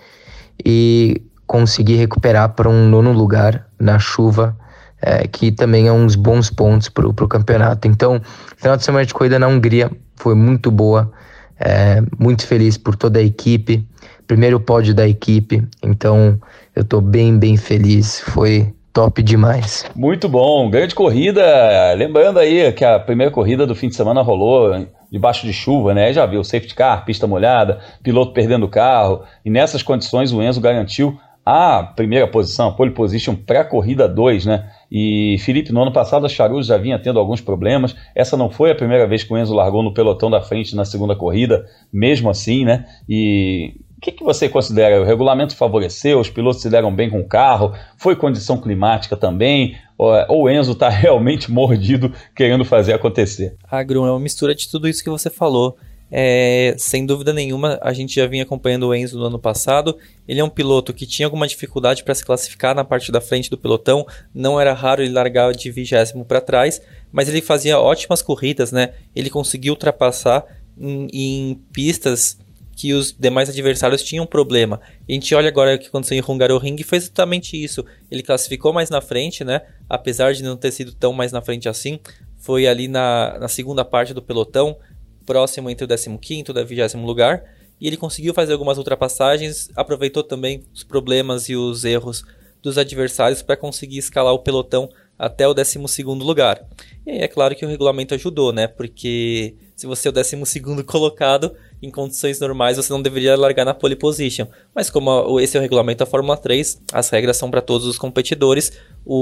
e consegui recuperar para um nono lugar na chuva, é, que também é uns bons pontos para o campeonato. Então, final de semana de corrida na Hungria foi muito boa, é, muito feliz por toda a equipe, primeiro pódio da equipe, então eu tô bem, bem feliz, foi top demais. Muito bom, grande corrida, lembrando aí que a primeira corrida do fim de semana rolou debaixo de chuva, né? Já viu, safety car, pista molhada, piloto perdendo o carro, e nessas condições o Enzo garantiu a primeira posição, a pole position para a corrida dois, né? E Felipe, no ano passado a Charus já vinha tendo alguns problemas, essa não foi a primeira vez que o Enzo largou no pelotão da frente na segunda corrida, mesmo assim, né? E o que, que você considera? O regulamento favoreceu, os pilotos se deram bem com o carro, foi condição climática também, ou o Enzo está realmente mordido querendo fazer acontecer? Ah, Grum, é uma mistura de tudo isso que você falou. É, sem dúvida nenhuma, a gente já vinha acompanhando o Enzo no ano passado. Ele é um piloto que tinha alguma dificuldade para se classificar na parte da frente do pelotão, não era raro ele largar de vigésimo para trás, mas ele fazia ótimas corridas, né? Ele conseguiu ultrapassar em, em pistas que os demais adversários tinham problema. E a gente olha agora o que aconteceu em Hungaroring e foi exatamente isso. Ele classificou mais na frente, né? Apesar de não ter sido tão mais na frente assim, foi ali na, na segunda parte do pelotão, próximo entre o décimo quinto e o vigésimo lugar, e ele conseguiu fazer algumas ultrapassagens, aproveitou também os problemas e os erros dos adversários para conseguir escalar o pelotão até o décimo segundo lugar. E aí é claro que o regulamento ajudou, né? Porque se você é o décimo segundo colocado, em condições normais você não deveria largar na pole position. Mas como esse é o regulamento da Fórmula três, as regras são para todos os competidores,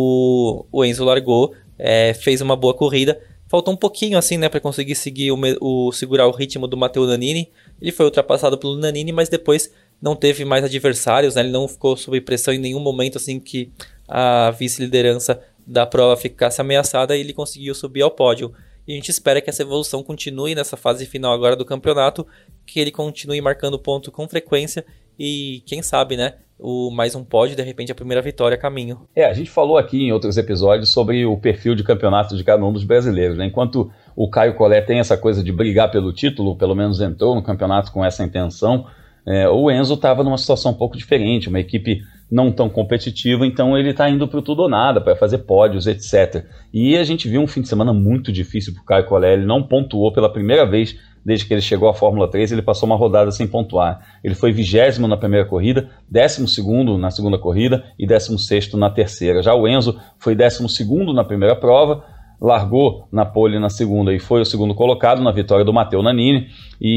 o, o Enzo largou, é, fez uma boa corrida. Faltou um pouquinho assim, né, para conseguir seguir o, o, segurar o ritmo do Matteo Nannini. Ele foi ultrapassado pelo Nannini, mas depois não teve mais adversários, né? Ele não ficou sob pressão em nenhum momento assim que a vice-liderança da prova ficasse ameaçada, e ele conseguiu subir ao pódio. E a gente espera que essa evolução continue nessa fase final agora do campeonato, que ele continue marcando ponto com frequência e, quem sabe, né, o mais um pódio, de repente a primeira vitória a caminho. É, a gente falou aqui em outros episódios sobre o perfil de campeonato de cada um dos brasileiros, né? Enquanto o Caio Collet tem essa coisa de brigar pelo título, pelo menos entrou no campeonato com essa intenção, é, o Enzo estava numa situação um pouco diferente, uma equipe não tão competitiva, então ele está indo para o tudo ou nada, para fazer pódios, etcétera. E a gente viu um fim de semana muito difícil para o Caio Collet, ele não pontuou pela primeira vez desde que ele chegou à Fórmula três, ele passou uma rodada sem pontuar. Ele foi vigésimo na primeira corrida, décimo segundo na segunda corrida e décimo sexto na terceira. Já o Enzo foi décimo segundo na primeira prova, largou na pole na segunda e foi o segundo colocado na vitória do Matteo Nannini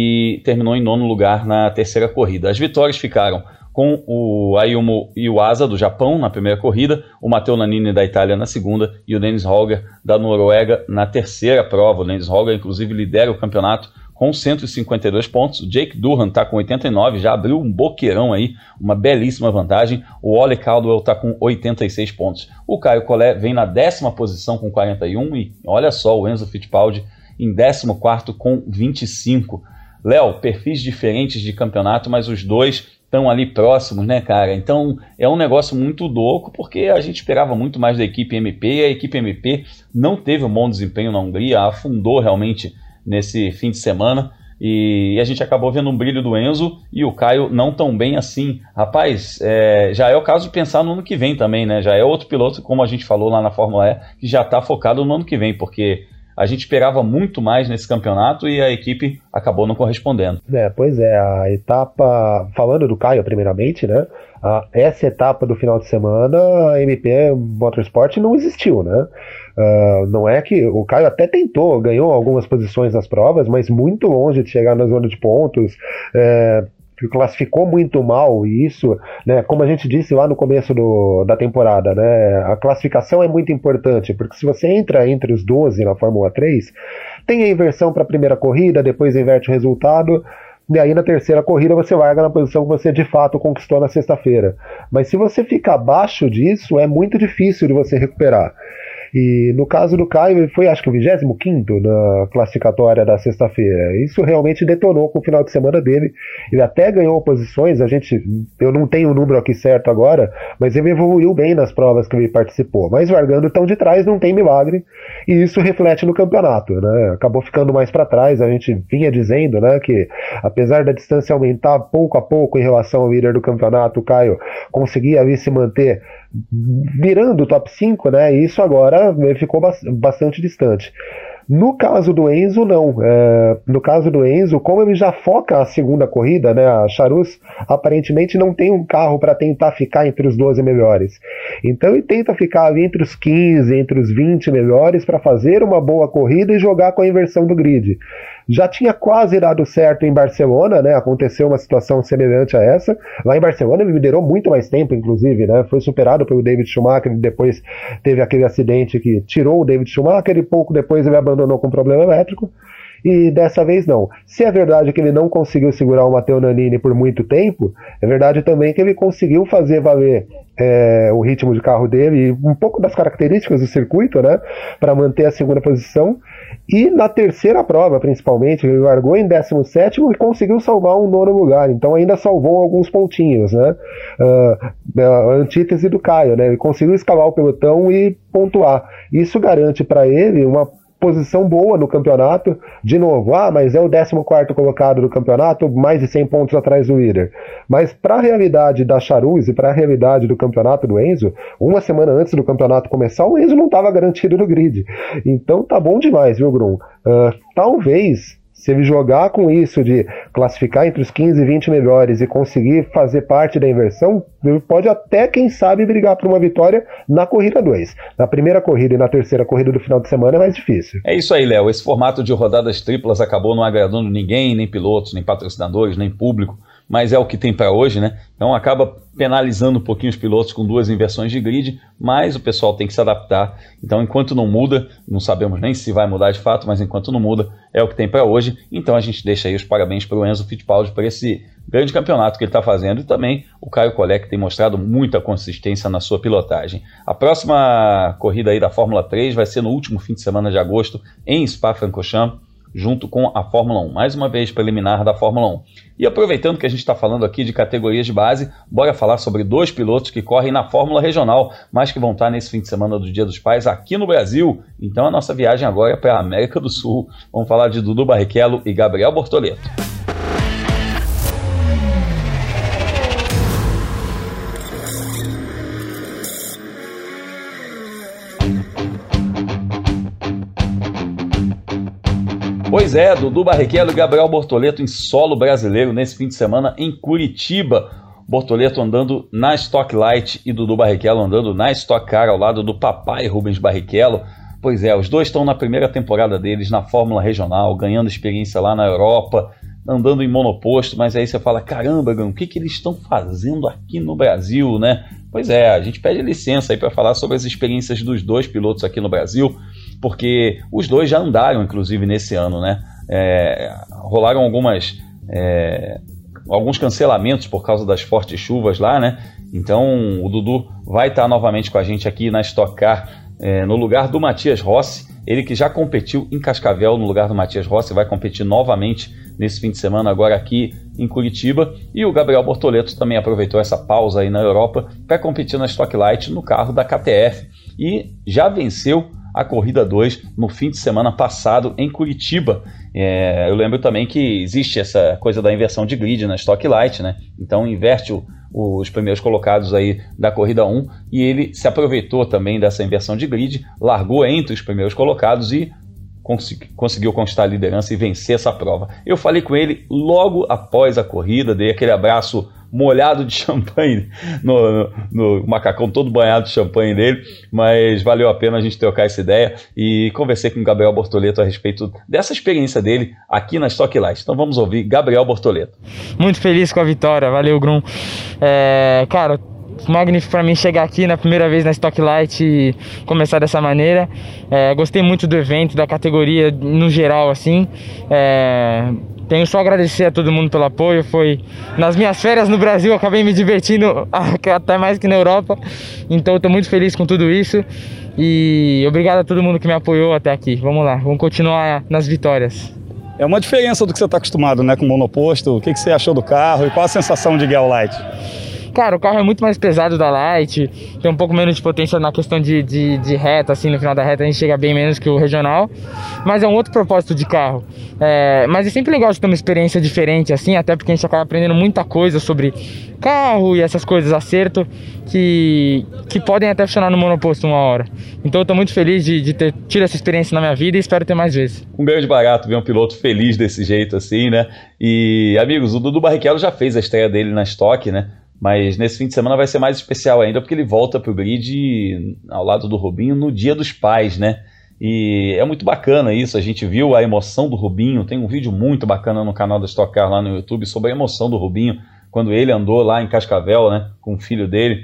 e terminou em nono lugar na terceira corrida. As vitórias ficaram com o Ayumu Iwasa do Japão na primeira corrida, o Matteo Nannini da Itália na segunda e o Dennis Holger da Noruega na terceira prova. O Dennis Holger inclusive lidera o campeonato com cento e cinquenta e dois pontos, o Jake Durhan está com oitenta e nove, já abriu um boqueirão aí, uma belíssima vantagem, o Ole Caldwell está com oitenta e seis pontos. O Caio Collet vem na décima posição com quarenta e um e olha só o Enzo Fittipaldi em décimo quarto com vinte e cinco. Léo, perfis diferentes de campeonato, mas os dois estão ali próximos, né, cara? Então é um negócio muito louco, porque a gente esperava muito mais da equipe M P, e a equipe M P não teve um bom desempenho na Hungria, afundou realmente nesse fim de semana, e a gente acabou vendo um brilho do Enzo e o Caio não tão bem assim. Rapaz, é, já é o caso de pensar no ano que vem também, né? Já é outro piloto, como a gente falou lá na Fórmula E, que já está focado no ano que vem, porque a gente esperava muito mais nesse campeonato e a equipe acabou não correspondendo. É, pois é, a etapa, falando do Caio primeiramente, né? A, essa etapa do final de semana, a M P Motorsport não existiu, né? Uh, não é que o Caio até tentou, ganhou algumas posições nas provas, mas muito longe de chegar na zona de pontos, é, classificou muito mal, e isso, né, como a gente disse lá no começo do, da temporada, né, a classificação é muito importante, porque se você entra entre os doze na Fórmula três, tem a inversão para a primeira corrida, depois inverte o resultado, e aí na terceira corrida você larga na posição que você de fato conquistou na sexta-feira. Mas se você fica abaixo disso, é muito difícil de você recuperar. E no caso do Caio, ele foi acho que o vigésimo quinto na classificatória da sexta-feira. Isso realmente detonou com o final de semana dele. Ele até ganhou posições, a gente, eu não tenho o número aqui certo agora, mas ele evoluiu bem nas provas que ele participou. Mas largando tão de trás não tem milagre, e isso reflete no campeonato, né? Acabou ficando mais para trás, a gente vinha dizendo, né, que apesar da distância aumentar pouco a pouco em relação ao líder do campeonato, o Caio conseguia ali se manter virando o top cinco, né? E isso agora ele ficou bastante distante. No caso do Enzo, não. É, no caso do Enzo, como ele já foca a segunda corrida, né, a Charus aparentemente não tem um carro para tentar ficar entre os doze melhores. Então ele tenta ficar ali entre os quinze, entre os vinte melhores para fazer uma boa corrida e jogar com a inversão do grid. Já tinha quase dado certo em Barcelona, né? Aconteceu uma situação semelhante a essa. Lá em Barcelona ele liderou muito mais tempo, inclusive, né? Foi superado pelo David Schumacher, depois teve aquele acidente que tirou o David Schumacher e pouco depois ele abandonou com problema elétrico. E dessa vez não. Se é verdade que ele não conseguiu segurar o Matteo Nannini por muito tempo, é verdade também que ele conseguiu fazer valer é, o ritmo de carro dele e um pouco das características do circuito, né, para manter a segunda posição. E na terceira prova, principalmente, ele largou em décimo sétimo e conseguiu salvar um nono lugar. Então ainda salvou alguns pontinhos, né? Uh, a antítese do Caio, né? Ele conseguiu escalar o pelotão e pontuar. Isso garante para ele uma posição boa no campeonato. De novo, ah, mas é o décimo quarto colocado do campeonato, mais de cem pontos atrás do líder. Mas para a realidade da Charus e para a realidade do campeonato do Enzo, uma semana antes do campeonato começar, o Enzo não estava garantido no grid. Então tá bom demais, viu, Grum? Uh, talvez, se ele jogar com isso de classificar entre os quinze e vinte melhores e conseguir fazer parte da inversão, ele pode até, quem sabe, brigar por uma vitória na corrida dois. Na primeira corrida e na terceira corrida do final de semana é mais difícil. É isso aí, Léo. Esse formato de rodadas triplas acabou não agradando ninguém, nem pilotos, nem patrocinadores, nem público, mas é o que tem para hoje, né? Então acaba penalizando um pouquinho os pilotos com duas inversões de grid, mas o pessoal tem que se adaptar. Então, enquanto não muda, não sabemos nem se vai mudar de fato, mas enquanto não muda, é o que tem para hoje. Então a gente deixa aí os parabéns para o Enzo Fittipaldi por esse grande campeonato que ele está fazendo, e também o Caio Collet, que tem mostrado muita consistência na sua pilotagem. A próxima corrida aí da Fórmula três vai ser no último fim de semana de agosto em Spa-Francorchamps, junto com a Fórmula um, mais uma vez preliminar da Fórmula um. E aproveitando que a gente está falando aqui de categorias de base, bora falar sobre dois pilotos que correm na Fórmula Regional, mas que vão estar nesse fim de semana do Dia dos Pais aqui no Brasil. Então a nossa viagem agora é para a América do Sul. Vamos falar de Dudu Barrichello e Gabriel Bortoleto. Pois é, Dudu Barrichello e Gabriel Bortoleto em solo brasileiro nesse fim de semana em Curitiba. Bortoleto andando na Stock Light e Dudu Barrichello andando na Stock Car ao lado do papai Rubens Barrichello. Pois é, os dois estão na primeira temporada deles na Fórmula Regional, ganhando experiência lá na Europa, andando em monoposto, mas aí você fala, caramba, o que, que eles estão fazendo aqui no Brasil, né? Pois é, a gente pede licença aí para falar sobre as experiências dos dois pilotos aqui no Brasil, porque os dois já andaram, inclusive, nesse ano, né? É, rolaram algumas, é, alguns cancelamentos por causa das fortes chuvas lá, né? Então o Dudu vai estar novamente com a gente aqui na Stock Car, é, no lugar do Matias Rossi, ele que já competiu em Cascavel no lugar do Matias Rossi, vai competir novamente nesse fim de semana agora aqui em Curitiba, e o Gabriel Bortoleto também aproveitou essa pausa aí na Europa para competir na Stock Light no carro da K T F e já venceu a corrida dois no fim de semana passado em Curitiba. É, eu lembro também que existe essa coisa da inversão de grid na Stock Light, né? Então inverte o, os primeiros colocados aí da corrida um, e ele se aproveitou também dessa inversão de grid, largou entre os primeiros colocados e conseguiu conquistar a liderança e vencer essa prova. Eu falei com ele logo após a corrida, dei aquele abraço molhado de champanhe no, no, no macacão todo banhado de champanhe dele, mas valeu a pena a gente trocar essa ideia, e conversei com o Gabriel Bortoleto a respeito dessa experiência dele aqui na Stock Light. Então vamos ouvir Gabriel Bortoleto. Muito feliz com a vitória, valeu, Grum. É, cara, magnífico para mim chegar aqui na primeira vez na Stock Light e começar dessa maneira. É, gostei muito do evento, da categoria no geral, assim. É, tenho só a agradecer a todo mundo pelo apoio. Foi nas minhas férias no Brasil, eu acabei me divertindo até mais que na Europa. Então eu tô muito feliz com tudo isso. E obrigado a todo mundo que me apoiou até aqui. Vamos lá, vamos continuar nas vitórias. É uma diferença do que você está acostumado, né, com o monoposto. O que, que você achou do carro e qual a sensação de guiar o Light? Cara, o carro é muito mais pesado da Light, tem um pouco menos de potência na questão de, de, de reta, assim, no final da reta a gente chega bem menos que o regional, mas é um outro propósito de carro. É, mas é sempre legal de ter uma experiência diferente, assim, até porque a gente acaba aprendendo muita coisa sobre carro e essas coisas, acerto, que, que podem até funcionar no monoposto uma hora. Então eu tô muito feliz de, de ter tido essa experiência na minha vida e espero ter mais vezes. Um grande barato ver um piloto feliz desse jeito, assim, né? E, amigos, o Dudu Barrichello já fez a estreia dele na Stock, né? Mas nesse fim de semana vai ser mais especial ainda, porque ele volta para o grid ao lado do Rubinho no Dia dos Pais, né? E é muito bacana isso, a gente viu a emoção do Rubinho, tem um vídeo muito bacana no canal da Stock Car lá no YouTube sobre a emoção do Rubinho, quando ele andou lá em Cascavel, né, com o filho dele.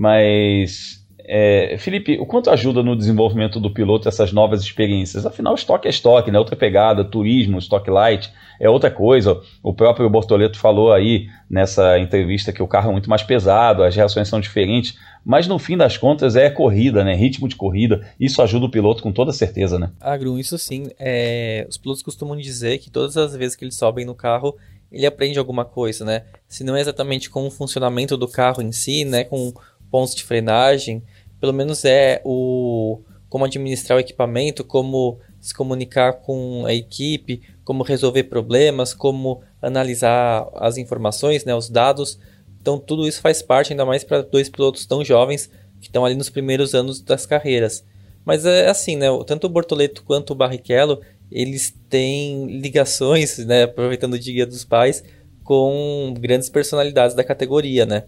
Mas, é, Felipe, o quanto ajuda no desenvolvimento do piloto essas novas experiências? Afinal, Stock é Stock, né? Outra pegada, turismo, Stock Light é outra coisa. O próprio Bortoleto falou aí nessa entrevista que o carro é muito mais pesado, as reações são diferentes, mas no fim das contas é corrida, né? Ritmo de corrida, isso ajuda o piloto com toda certeza, né? Ah, Grum, isso sim. É... Os pilotos costumam dizer que todas as vezes que eles sobem no carro, ele aprende alguma coisa, né? Se não é exatamente com o funcionamento do carro em si, né? Com pontos de frenagem, pelo menos é o como administrar o equipamento, como se comunicar com a equipe, como resolver problemas, como analisar as informações, né, os dados. Então tudo isso faz parte, ainda mais para dois pilotos tão jovens que estão ali nos primeiros anos das carreiras. Mas é assim, né, tanto o Bortoleto quanto o Barrichello, eles têm ligações, né, aproveitando o Dia dos Pais, com grandes personalidades da categoria, né?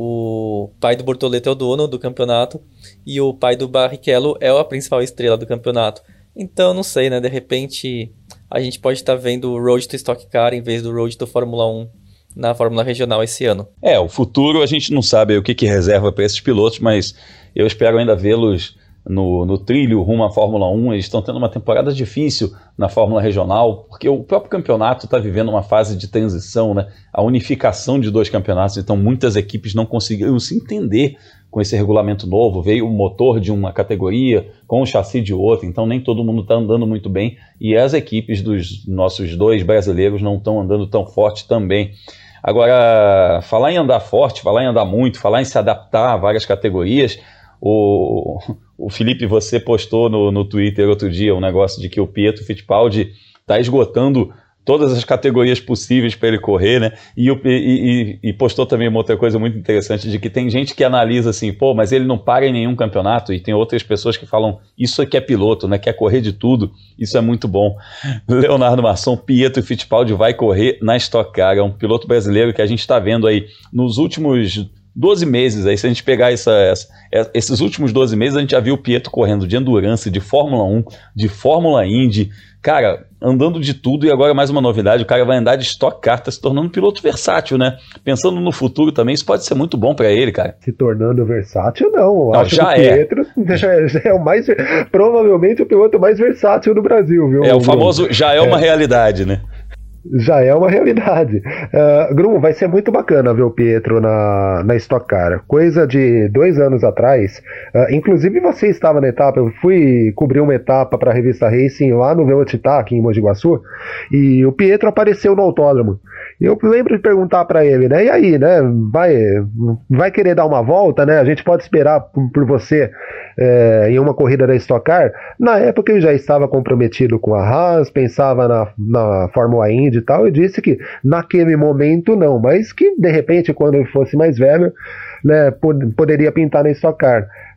O pai do Bortoleto é o dono do campeonato e o pai do Barrichello é a principal estrela do campeonato. Então, não sei, né? De repente, a gente pode estar vendo o Road to Stock Car em vez do Road to Fórmula um na Fórmula Regional esse ano. É, o futuro a gente não sabe o que, que reserva para esses pilotos, mas eu espero ainda vê-los no, no trilho rumo à Fórmula um. Eles estão tendo uma temporada difícil na Fórmula Regional, porque o próprio campeonato está vivendo uma fase de transição, né? A unificação de dois campeonatos, então muitas equipes não conseguiram se entender com esse regulamento novo. Veio o motor de uma categoria com o chassi de outra, então nem todo mundo está andando muito bem e as equipes dos nossos dois brasileiros não estão andando tão forte também. Agora, falar em andar forte, falar em andar muito, falar em se adaptar a várias categorias, o, o Felipe, você postou no, no Twitter outro dia um negócio de que o Pietro Fittipaldi está esgotando todas as categorias possíveis para ele correr, né? E, e, e postou também uma outra coisa muito interessante, de que tem gente que analisa assim, pô, mas ele não para em nenhum campeonato, e tem outras pessoas que falam, isso aqui é piloto, né? Quer correr de tudo, isso é muito bom. Leonardo Masson, Pietro Fittipaldi vai correr na Stock Car, é um piloto brasileiro que a gente está vendo aí nos últimos doze meses, aí se a gente pegar essa, essa, esses últimos doze meses, a gente já viu o Pietro correndo de Endurance, de Fórmula um, de Fórmula Indy, cara, andando de tudo. E agora mais uma novidade, o cara vai andar de Stock Car, tá se tornando um piloto versátil, né? Pensando no futuro também, isso pode ser muito bom para ele, cara. Se tornando versátil, não. não acho já que o é. Pietro já, já é o mais, provavelmente o piloto mais versátil do Brasil, viu? É, o famoso já é uma é. realidade, né? Já é uma realidade. Uh, Grum, vai ser muito bacana ver o Pietro na, na Stock Car. Coisa de dois anos atrás, uh, inclusive você estava na etapa, eu fui cobrir uma etapa para a revista Racing lá no Velocitar, aqui em Mogi Guaçu, e o Pietro apareceu no autódromo. Eu lembro de perguntar para ele, né? E aí, né? Vai, vai querer dar uma volta, né? A gente pode esperar por, por você é, em uma corrida da Stock Car? Na época eu já estava comprometido com a Haas, pensava na, na Fórmula Indy e tal, e disse que naquele momento não, mas que de repente quando eu fosse mais velho, né, pod- poderia pintar na Stock Car.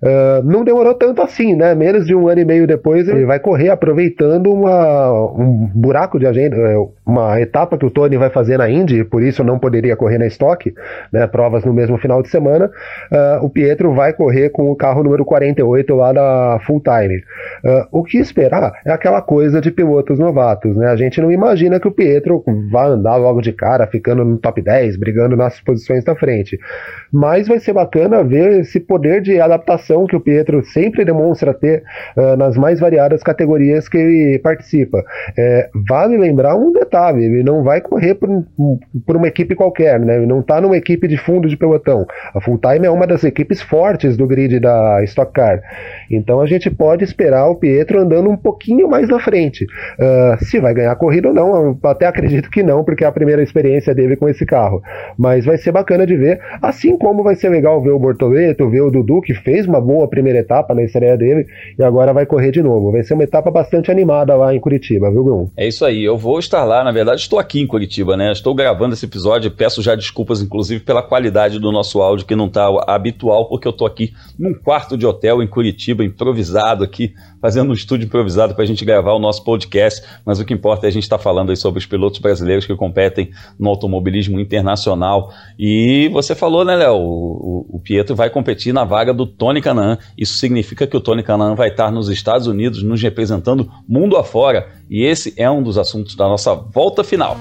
Uh, não demorou tanto assim, né? Menos de um ano e meio depois ele vai correr aproveitando uma, um buraco de agenda, uma etapa que o Tony vai fazer na Indy, por isso não poderia correr na Stock, né? Provas no mesmo final de semana. Uh, o Pietro vai correr com o carro número quarenta e oito lá da Full Time. Uh, o que esperar é aquela coisa de pilotos novatos, né? A gente não imagina que o Pietro vai andar logo de cara, ficando no top dez, brigando nas posições da frente. Mas vai ser bacana ver esse poder de adaptação que o Pietro sempre demonstra ter uh, nas mais variadas categorias que ele participa. É, vale lembrar um detalhe, ele não vai correr por, por uma equipe qualquer, né? Ele não está numa equipe de fundo de pelotão. A Full Time é uma das equipes fortes do grid da Stock Car. Então a gente pode esperar o Pietro andando um pouquinho mais na frente. Uh, se vai ganhar a corrida ou não, eu até acredito que não, porque é a primeira experiência dele com esse carro. Mas vai ser bacana de ver, assim como vai ser legal ver o Bortoleto, ver o Dudu, que fez uma boa primeira etapa na estreia dele e agora vai correr de novo. Vai ser uma etapa bastante animada lá em Curitiba, viu, Grum? É isso aí, eu vou estar lá, na verdade estou aqui em Curitiba, né? Estou gravando esse episódio, peço já desculpas inclusive pela qualidade do nosso áudio que não está habitual, porque eu estou aqui num quarto de hotel em Curitiba, improvisado aqui, fazendo um estúdio improvisado para a gente gravar o nosso podcast, mas o que importa é a gente estar tá falando aí sobre os pilotos brasileiros que competem no automobilismo internacional. E você falou, né, Léo, o, o Pietro vai competir na vaga do Tony Kanaan. Isso significa que o Tony Kanaan vai estar nos Estados Unidos nos representando mundo afora, e esse é um dos assuntos da nossa volta final.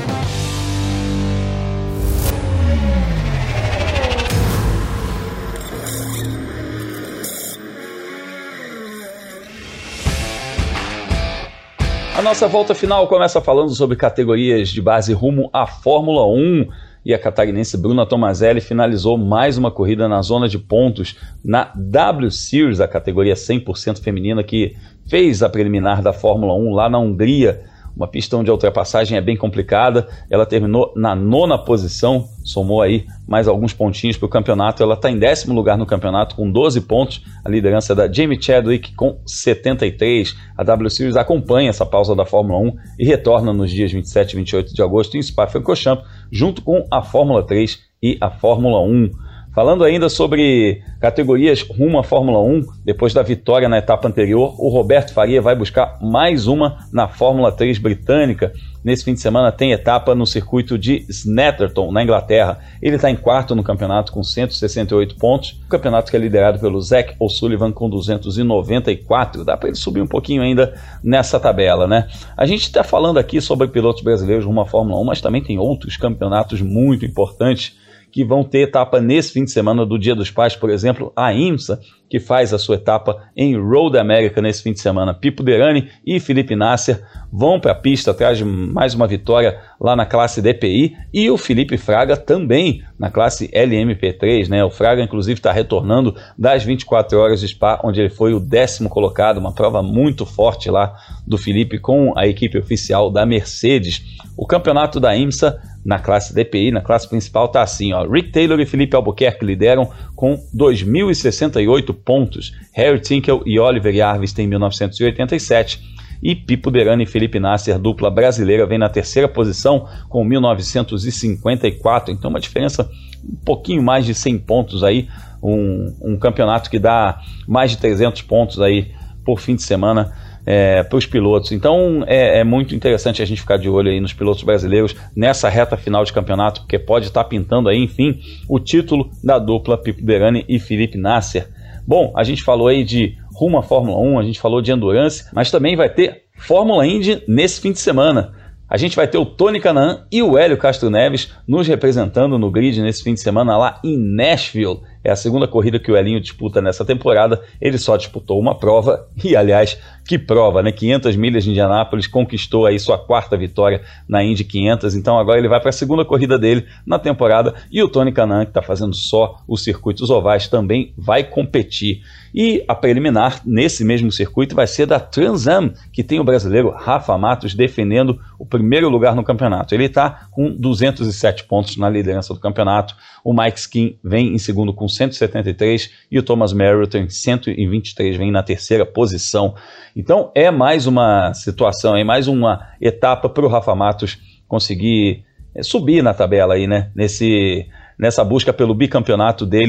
A nossa volta final começa falando sobre categorias de base rumo à Fórmula um. E a catarinense Bruna Tomazelli finalizou mais uma corrida na zona de pontos na W Series, a categoria cem por cento feminina, que fez a preliminar da Fórmula um lá na Hungria. Uma pista onde a ultrapassagem é bem complicada. Ela terminou na nona posição, somou aí mais alguns pontinhos para o campeonato. Ela está em décimo lugar no campeonato com doze pontos. A liderança é da Jamie Chadwick com setenta e três. A W Series acompanha essa pausa da Fórmula um e retorna nos dias vinte e sete e vinte e oito de agosto em Spa-Francorchamps, junto com a Fórmula três e a Fórmula um. Falando ainda sobre categorias rumo à Fórmula um, depois da vitória na etapa anterior, o Roberto Faria vai buscar mais uma na Fórmula três britânica. Nesse fim de semana tem etapa no circuito de Snetterton, na Inglaterra. Ele está em quarto no campeonato com cento e sessenta e oito pontos. O campeonato que é liderado pelo Zach O'Sullivan com duzentos e noventa e quatro. Dá para ele subir um pouquinho ainda nessa tabela, né? A gente está falando aqui sobre pilotos brasileiros rumo à Fórmula um, mas também tem outros campeonatos muito importantes que vão ter etapa nesse fim de semana do Dia dos Pais, por exemplo, a IMSA, que faz a sua etapa em Road America nesse fim de semana. Pipo Derani e Felipe Nasser vão para a pista atrás de mais uma vitória lá na classe D P I, e o Felipe Fraga também na classe L M P três, né? O Fraga, inclusive, está retornando das vinte e quatro horas de Spa, onde ele foi o décimo colocado, uma prova muito forte lá do Felipe com a equipe oficial da Mercedes. O campeonato da IMSA na classe D P I, na classe principal, está assim, ó. Rick Taylor e Felipe Albuquerque lideram com dois mil e sessenta e oito pontos. Harry Tinkel e Oliver Jarvis têm mil novecentos e oitenta e sete. E Pipo Derani e Felipe Nasser, dupla brasileira, vem na terceira posição com mil novecentos e cinquenta e quatro. Então uma diferença um pouquinho mais de cem pontos aí. Um, um campeonato que dá mais de trezentos pontos aí por fim de semana. É, para os pilotos. Então é, é muito interessante a gente ficar de olho aí nos pilotos brasileiros nessa reta final de campeonato, porque pode estar pintando aí, enfim, o título da dupla Pipo Derani e Felipe Nasser. Bom, a gente falou aí de rumo à Fórmula um, a gente falou de Endurance, mas também vai ter Fórmula Indy nesse fim de semana. A gente vai ter o Tony Kanaan e o Hélio Castro Neves nos representando no grid nesse fim de semana lá em Nashville. É a segunda corrida que o Elinho disputa nessa temporada. Ele só disputou uma prova e, aliás, que prova, né? quinhentas milhas de Indianápolis, conquistou aí sua quarta vitória na Indy quinhentos. Então agora ele vai para a segunda corrida dele na temporada, e o Tony Kanaan, que está fazendo só os circuitos ovais, também vai competir. E a preliminar nesse mesmo circuito vai ser da Trans Am, que tem o brasileiro Rafa Matos defendendo o primeiro lugar no campeonato. Ele está com duzentos e sete pontos na liderança do campeonato. O Mike Skin vem em segundo com cento e setenta e três e o Thomas Merrill tem cento e vinte e três, vem na terceira posição. Então é mais uma situação, é mais uma etapa para o Rafa Matos conseguir subir na tabela aí, né? Nesse, nessa busca pelo bicampeonato dele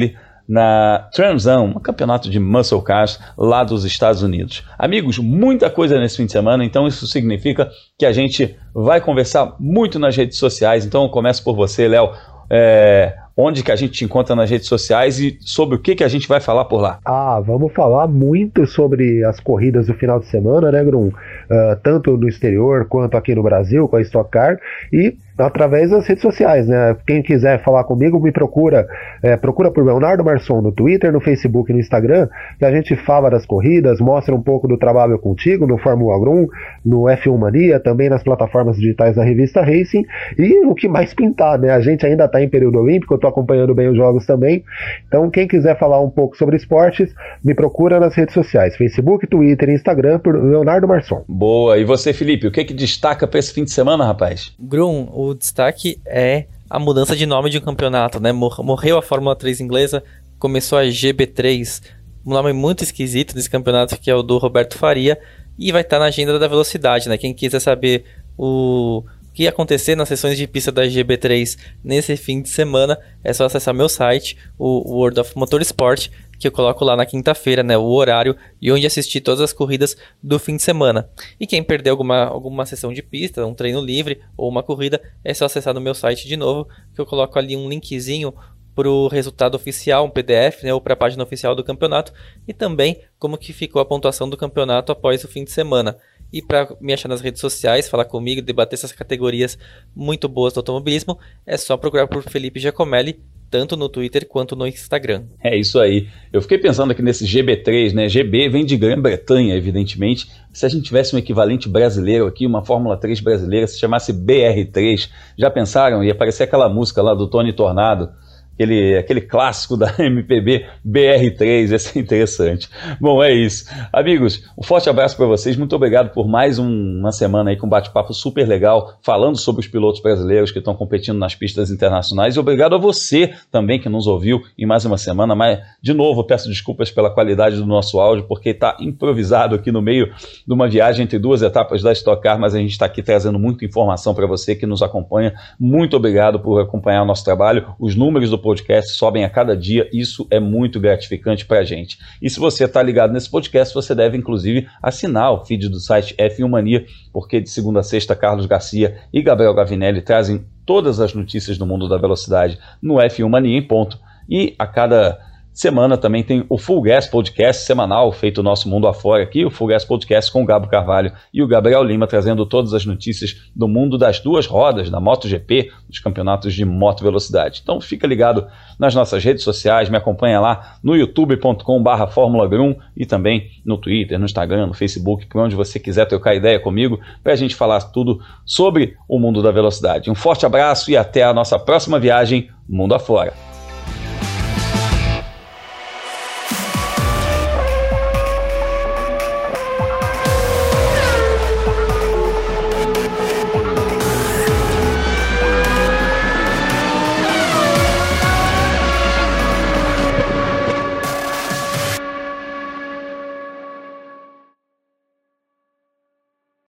na Trans Am, um campeonato de muscle cars lá dos Estados Unidos. Amigos, muita coisa nesse fim de semana, então isso significa que a gente vai conversar muito nas redes sociais. Então eu começo por você, Léo. É, onde que a gente te encontra nas redes sociais e sobre o que, que a gente vai falar por lá? Ah, vamos falar muito sobre as corridas do final de semana, né, Grum? Uh, tanto no exterior quanto aqui no Brasil, com a Stock Car, e através das redes sociais, né? Quem quiser falar comigo, me procura, é, procura por Leonardo Marçom no Twitter, no Facebook e no Instagram, que a gente fala das corridas, mostra um pouco do trabalho contigo no Fórmula Grum, no F um Mania, também nas plataformas digitais da revista Racing, e o que mais pintar, né? A gente ainda está em período olímpico, eu estou acompanhando bem os jogos também, então quem quiser falar um pouco sobre esportes, me procura nas redes sociais, Facebook, Twitter e Instagram, por Leonardo Marçom. Boa, e você, Felipe, o que que destaca para esse fim de semana, rapaz? Grum, o destaque é a mudança de nome de um campeonato, né? Morreu a Fórmula três inglesa, começou a G B três, um nome muito esquisito desse campeonato, que é o do Roberto Faria, e vai estar na agenda da velocidade, né? Quem quiser saber o que ia acontecer nas sessões de pista da G B três nesse fim de semana, é só acessar meu site, o World of Motorsport, que eu coloco lá na quinta-feira, né, o horário e onde assistir todas as corridas do fim de semana. E quem perder alguma, alguma sessão de pista, um treino livre ou uma corrida, é só acessar no meu site de novo, que eu coloco ali um linkzinho para o resultado oficial, um P D F, né, ou para a página oficial do campeonato, e também como que ficou a pontuação do campeonato após o fim de semana. E para me achar nas redes sociais, falar comigo, debater essas categorias muito boas do automobilismo, é só procurar por Felipe Giacomelli, tanto no Twitter quanto no Instagram. É isso aí. Eu fiquei pensando aqui nesse G B três, né? G B vem de Grã-Bretanha, evidentemente. Se a gente tivesse um equivalente brasileiro aqui, uma Fórmula três brasileira, se chamasse B R três, já pensaram? Ia aparecer aquela música lá do Tony Tornado, Aquele, aquele clássico da M P B, B R três, ia ser interessante. Bom, é isso. Amigos, um forte abraço para vocês, muito obrigado por mais um, uma semana aí com um bate-papo super legal, falando sobre os pilotos brasileiros que estão competindo nas pistas internacionais, e obrigado a você também que nos ouviu em mais uma semana, mas de novo peço desculpas pela qualidade do nosso áudio, porque está improvisado aqui no meio de uma viagem entre duas etapas da Stock Car, mas a gente está aqui trazendo muita informação para você que nos acompanha. Muito obrigado por acompanhar o nosso trabalho, os números do podcast sobem a cada dia, isso é muito gratificante para a gente. E se você está ligado nesse podcast, você deve inclusive assinar o feed do site F um Mania, porque de segunda a sexta Carlos Garcia e Gabriel Gavinelli trazem todas as notícias do mundo da velocidade no F um Mania em ponto, e a cada semana também tem o Full Gas Podcast semanal, feito o nosso mundo afora aqui, o Full Gas Podcast com o Gabo Carvalho e o Gabriel Lima, trazendo todas as notícias do mundo das duas rodas, da MotoGP, dos campeonatos de moto velocidade. Então fica ligado nas nossas redes sociais, me acompanha lá no youtube ponto com barra Fórmula Grum e também no Twitter, no Instagram, no Facebook, por onde você quiser trocar ideia comigo, para a gente falar tudo sobre o mundo da velocidade. Um forte abraço e até a nossa próxima viagem mundo afora.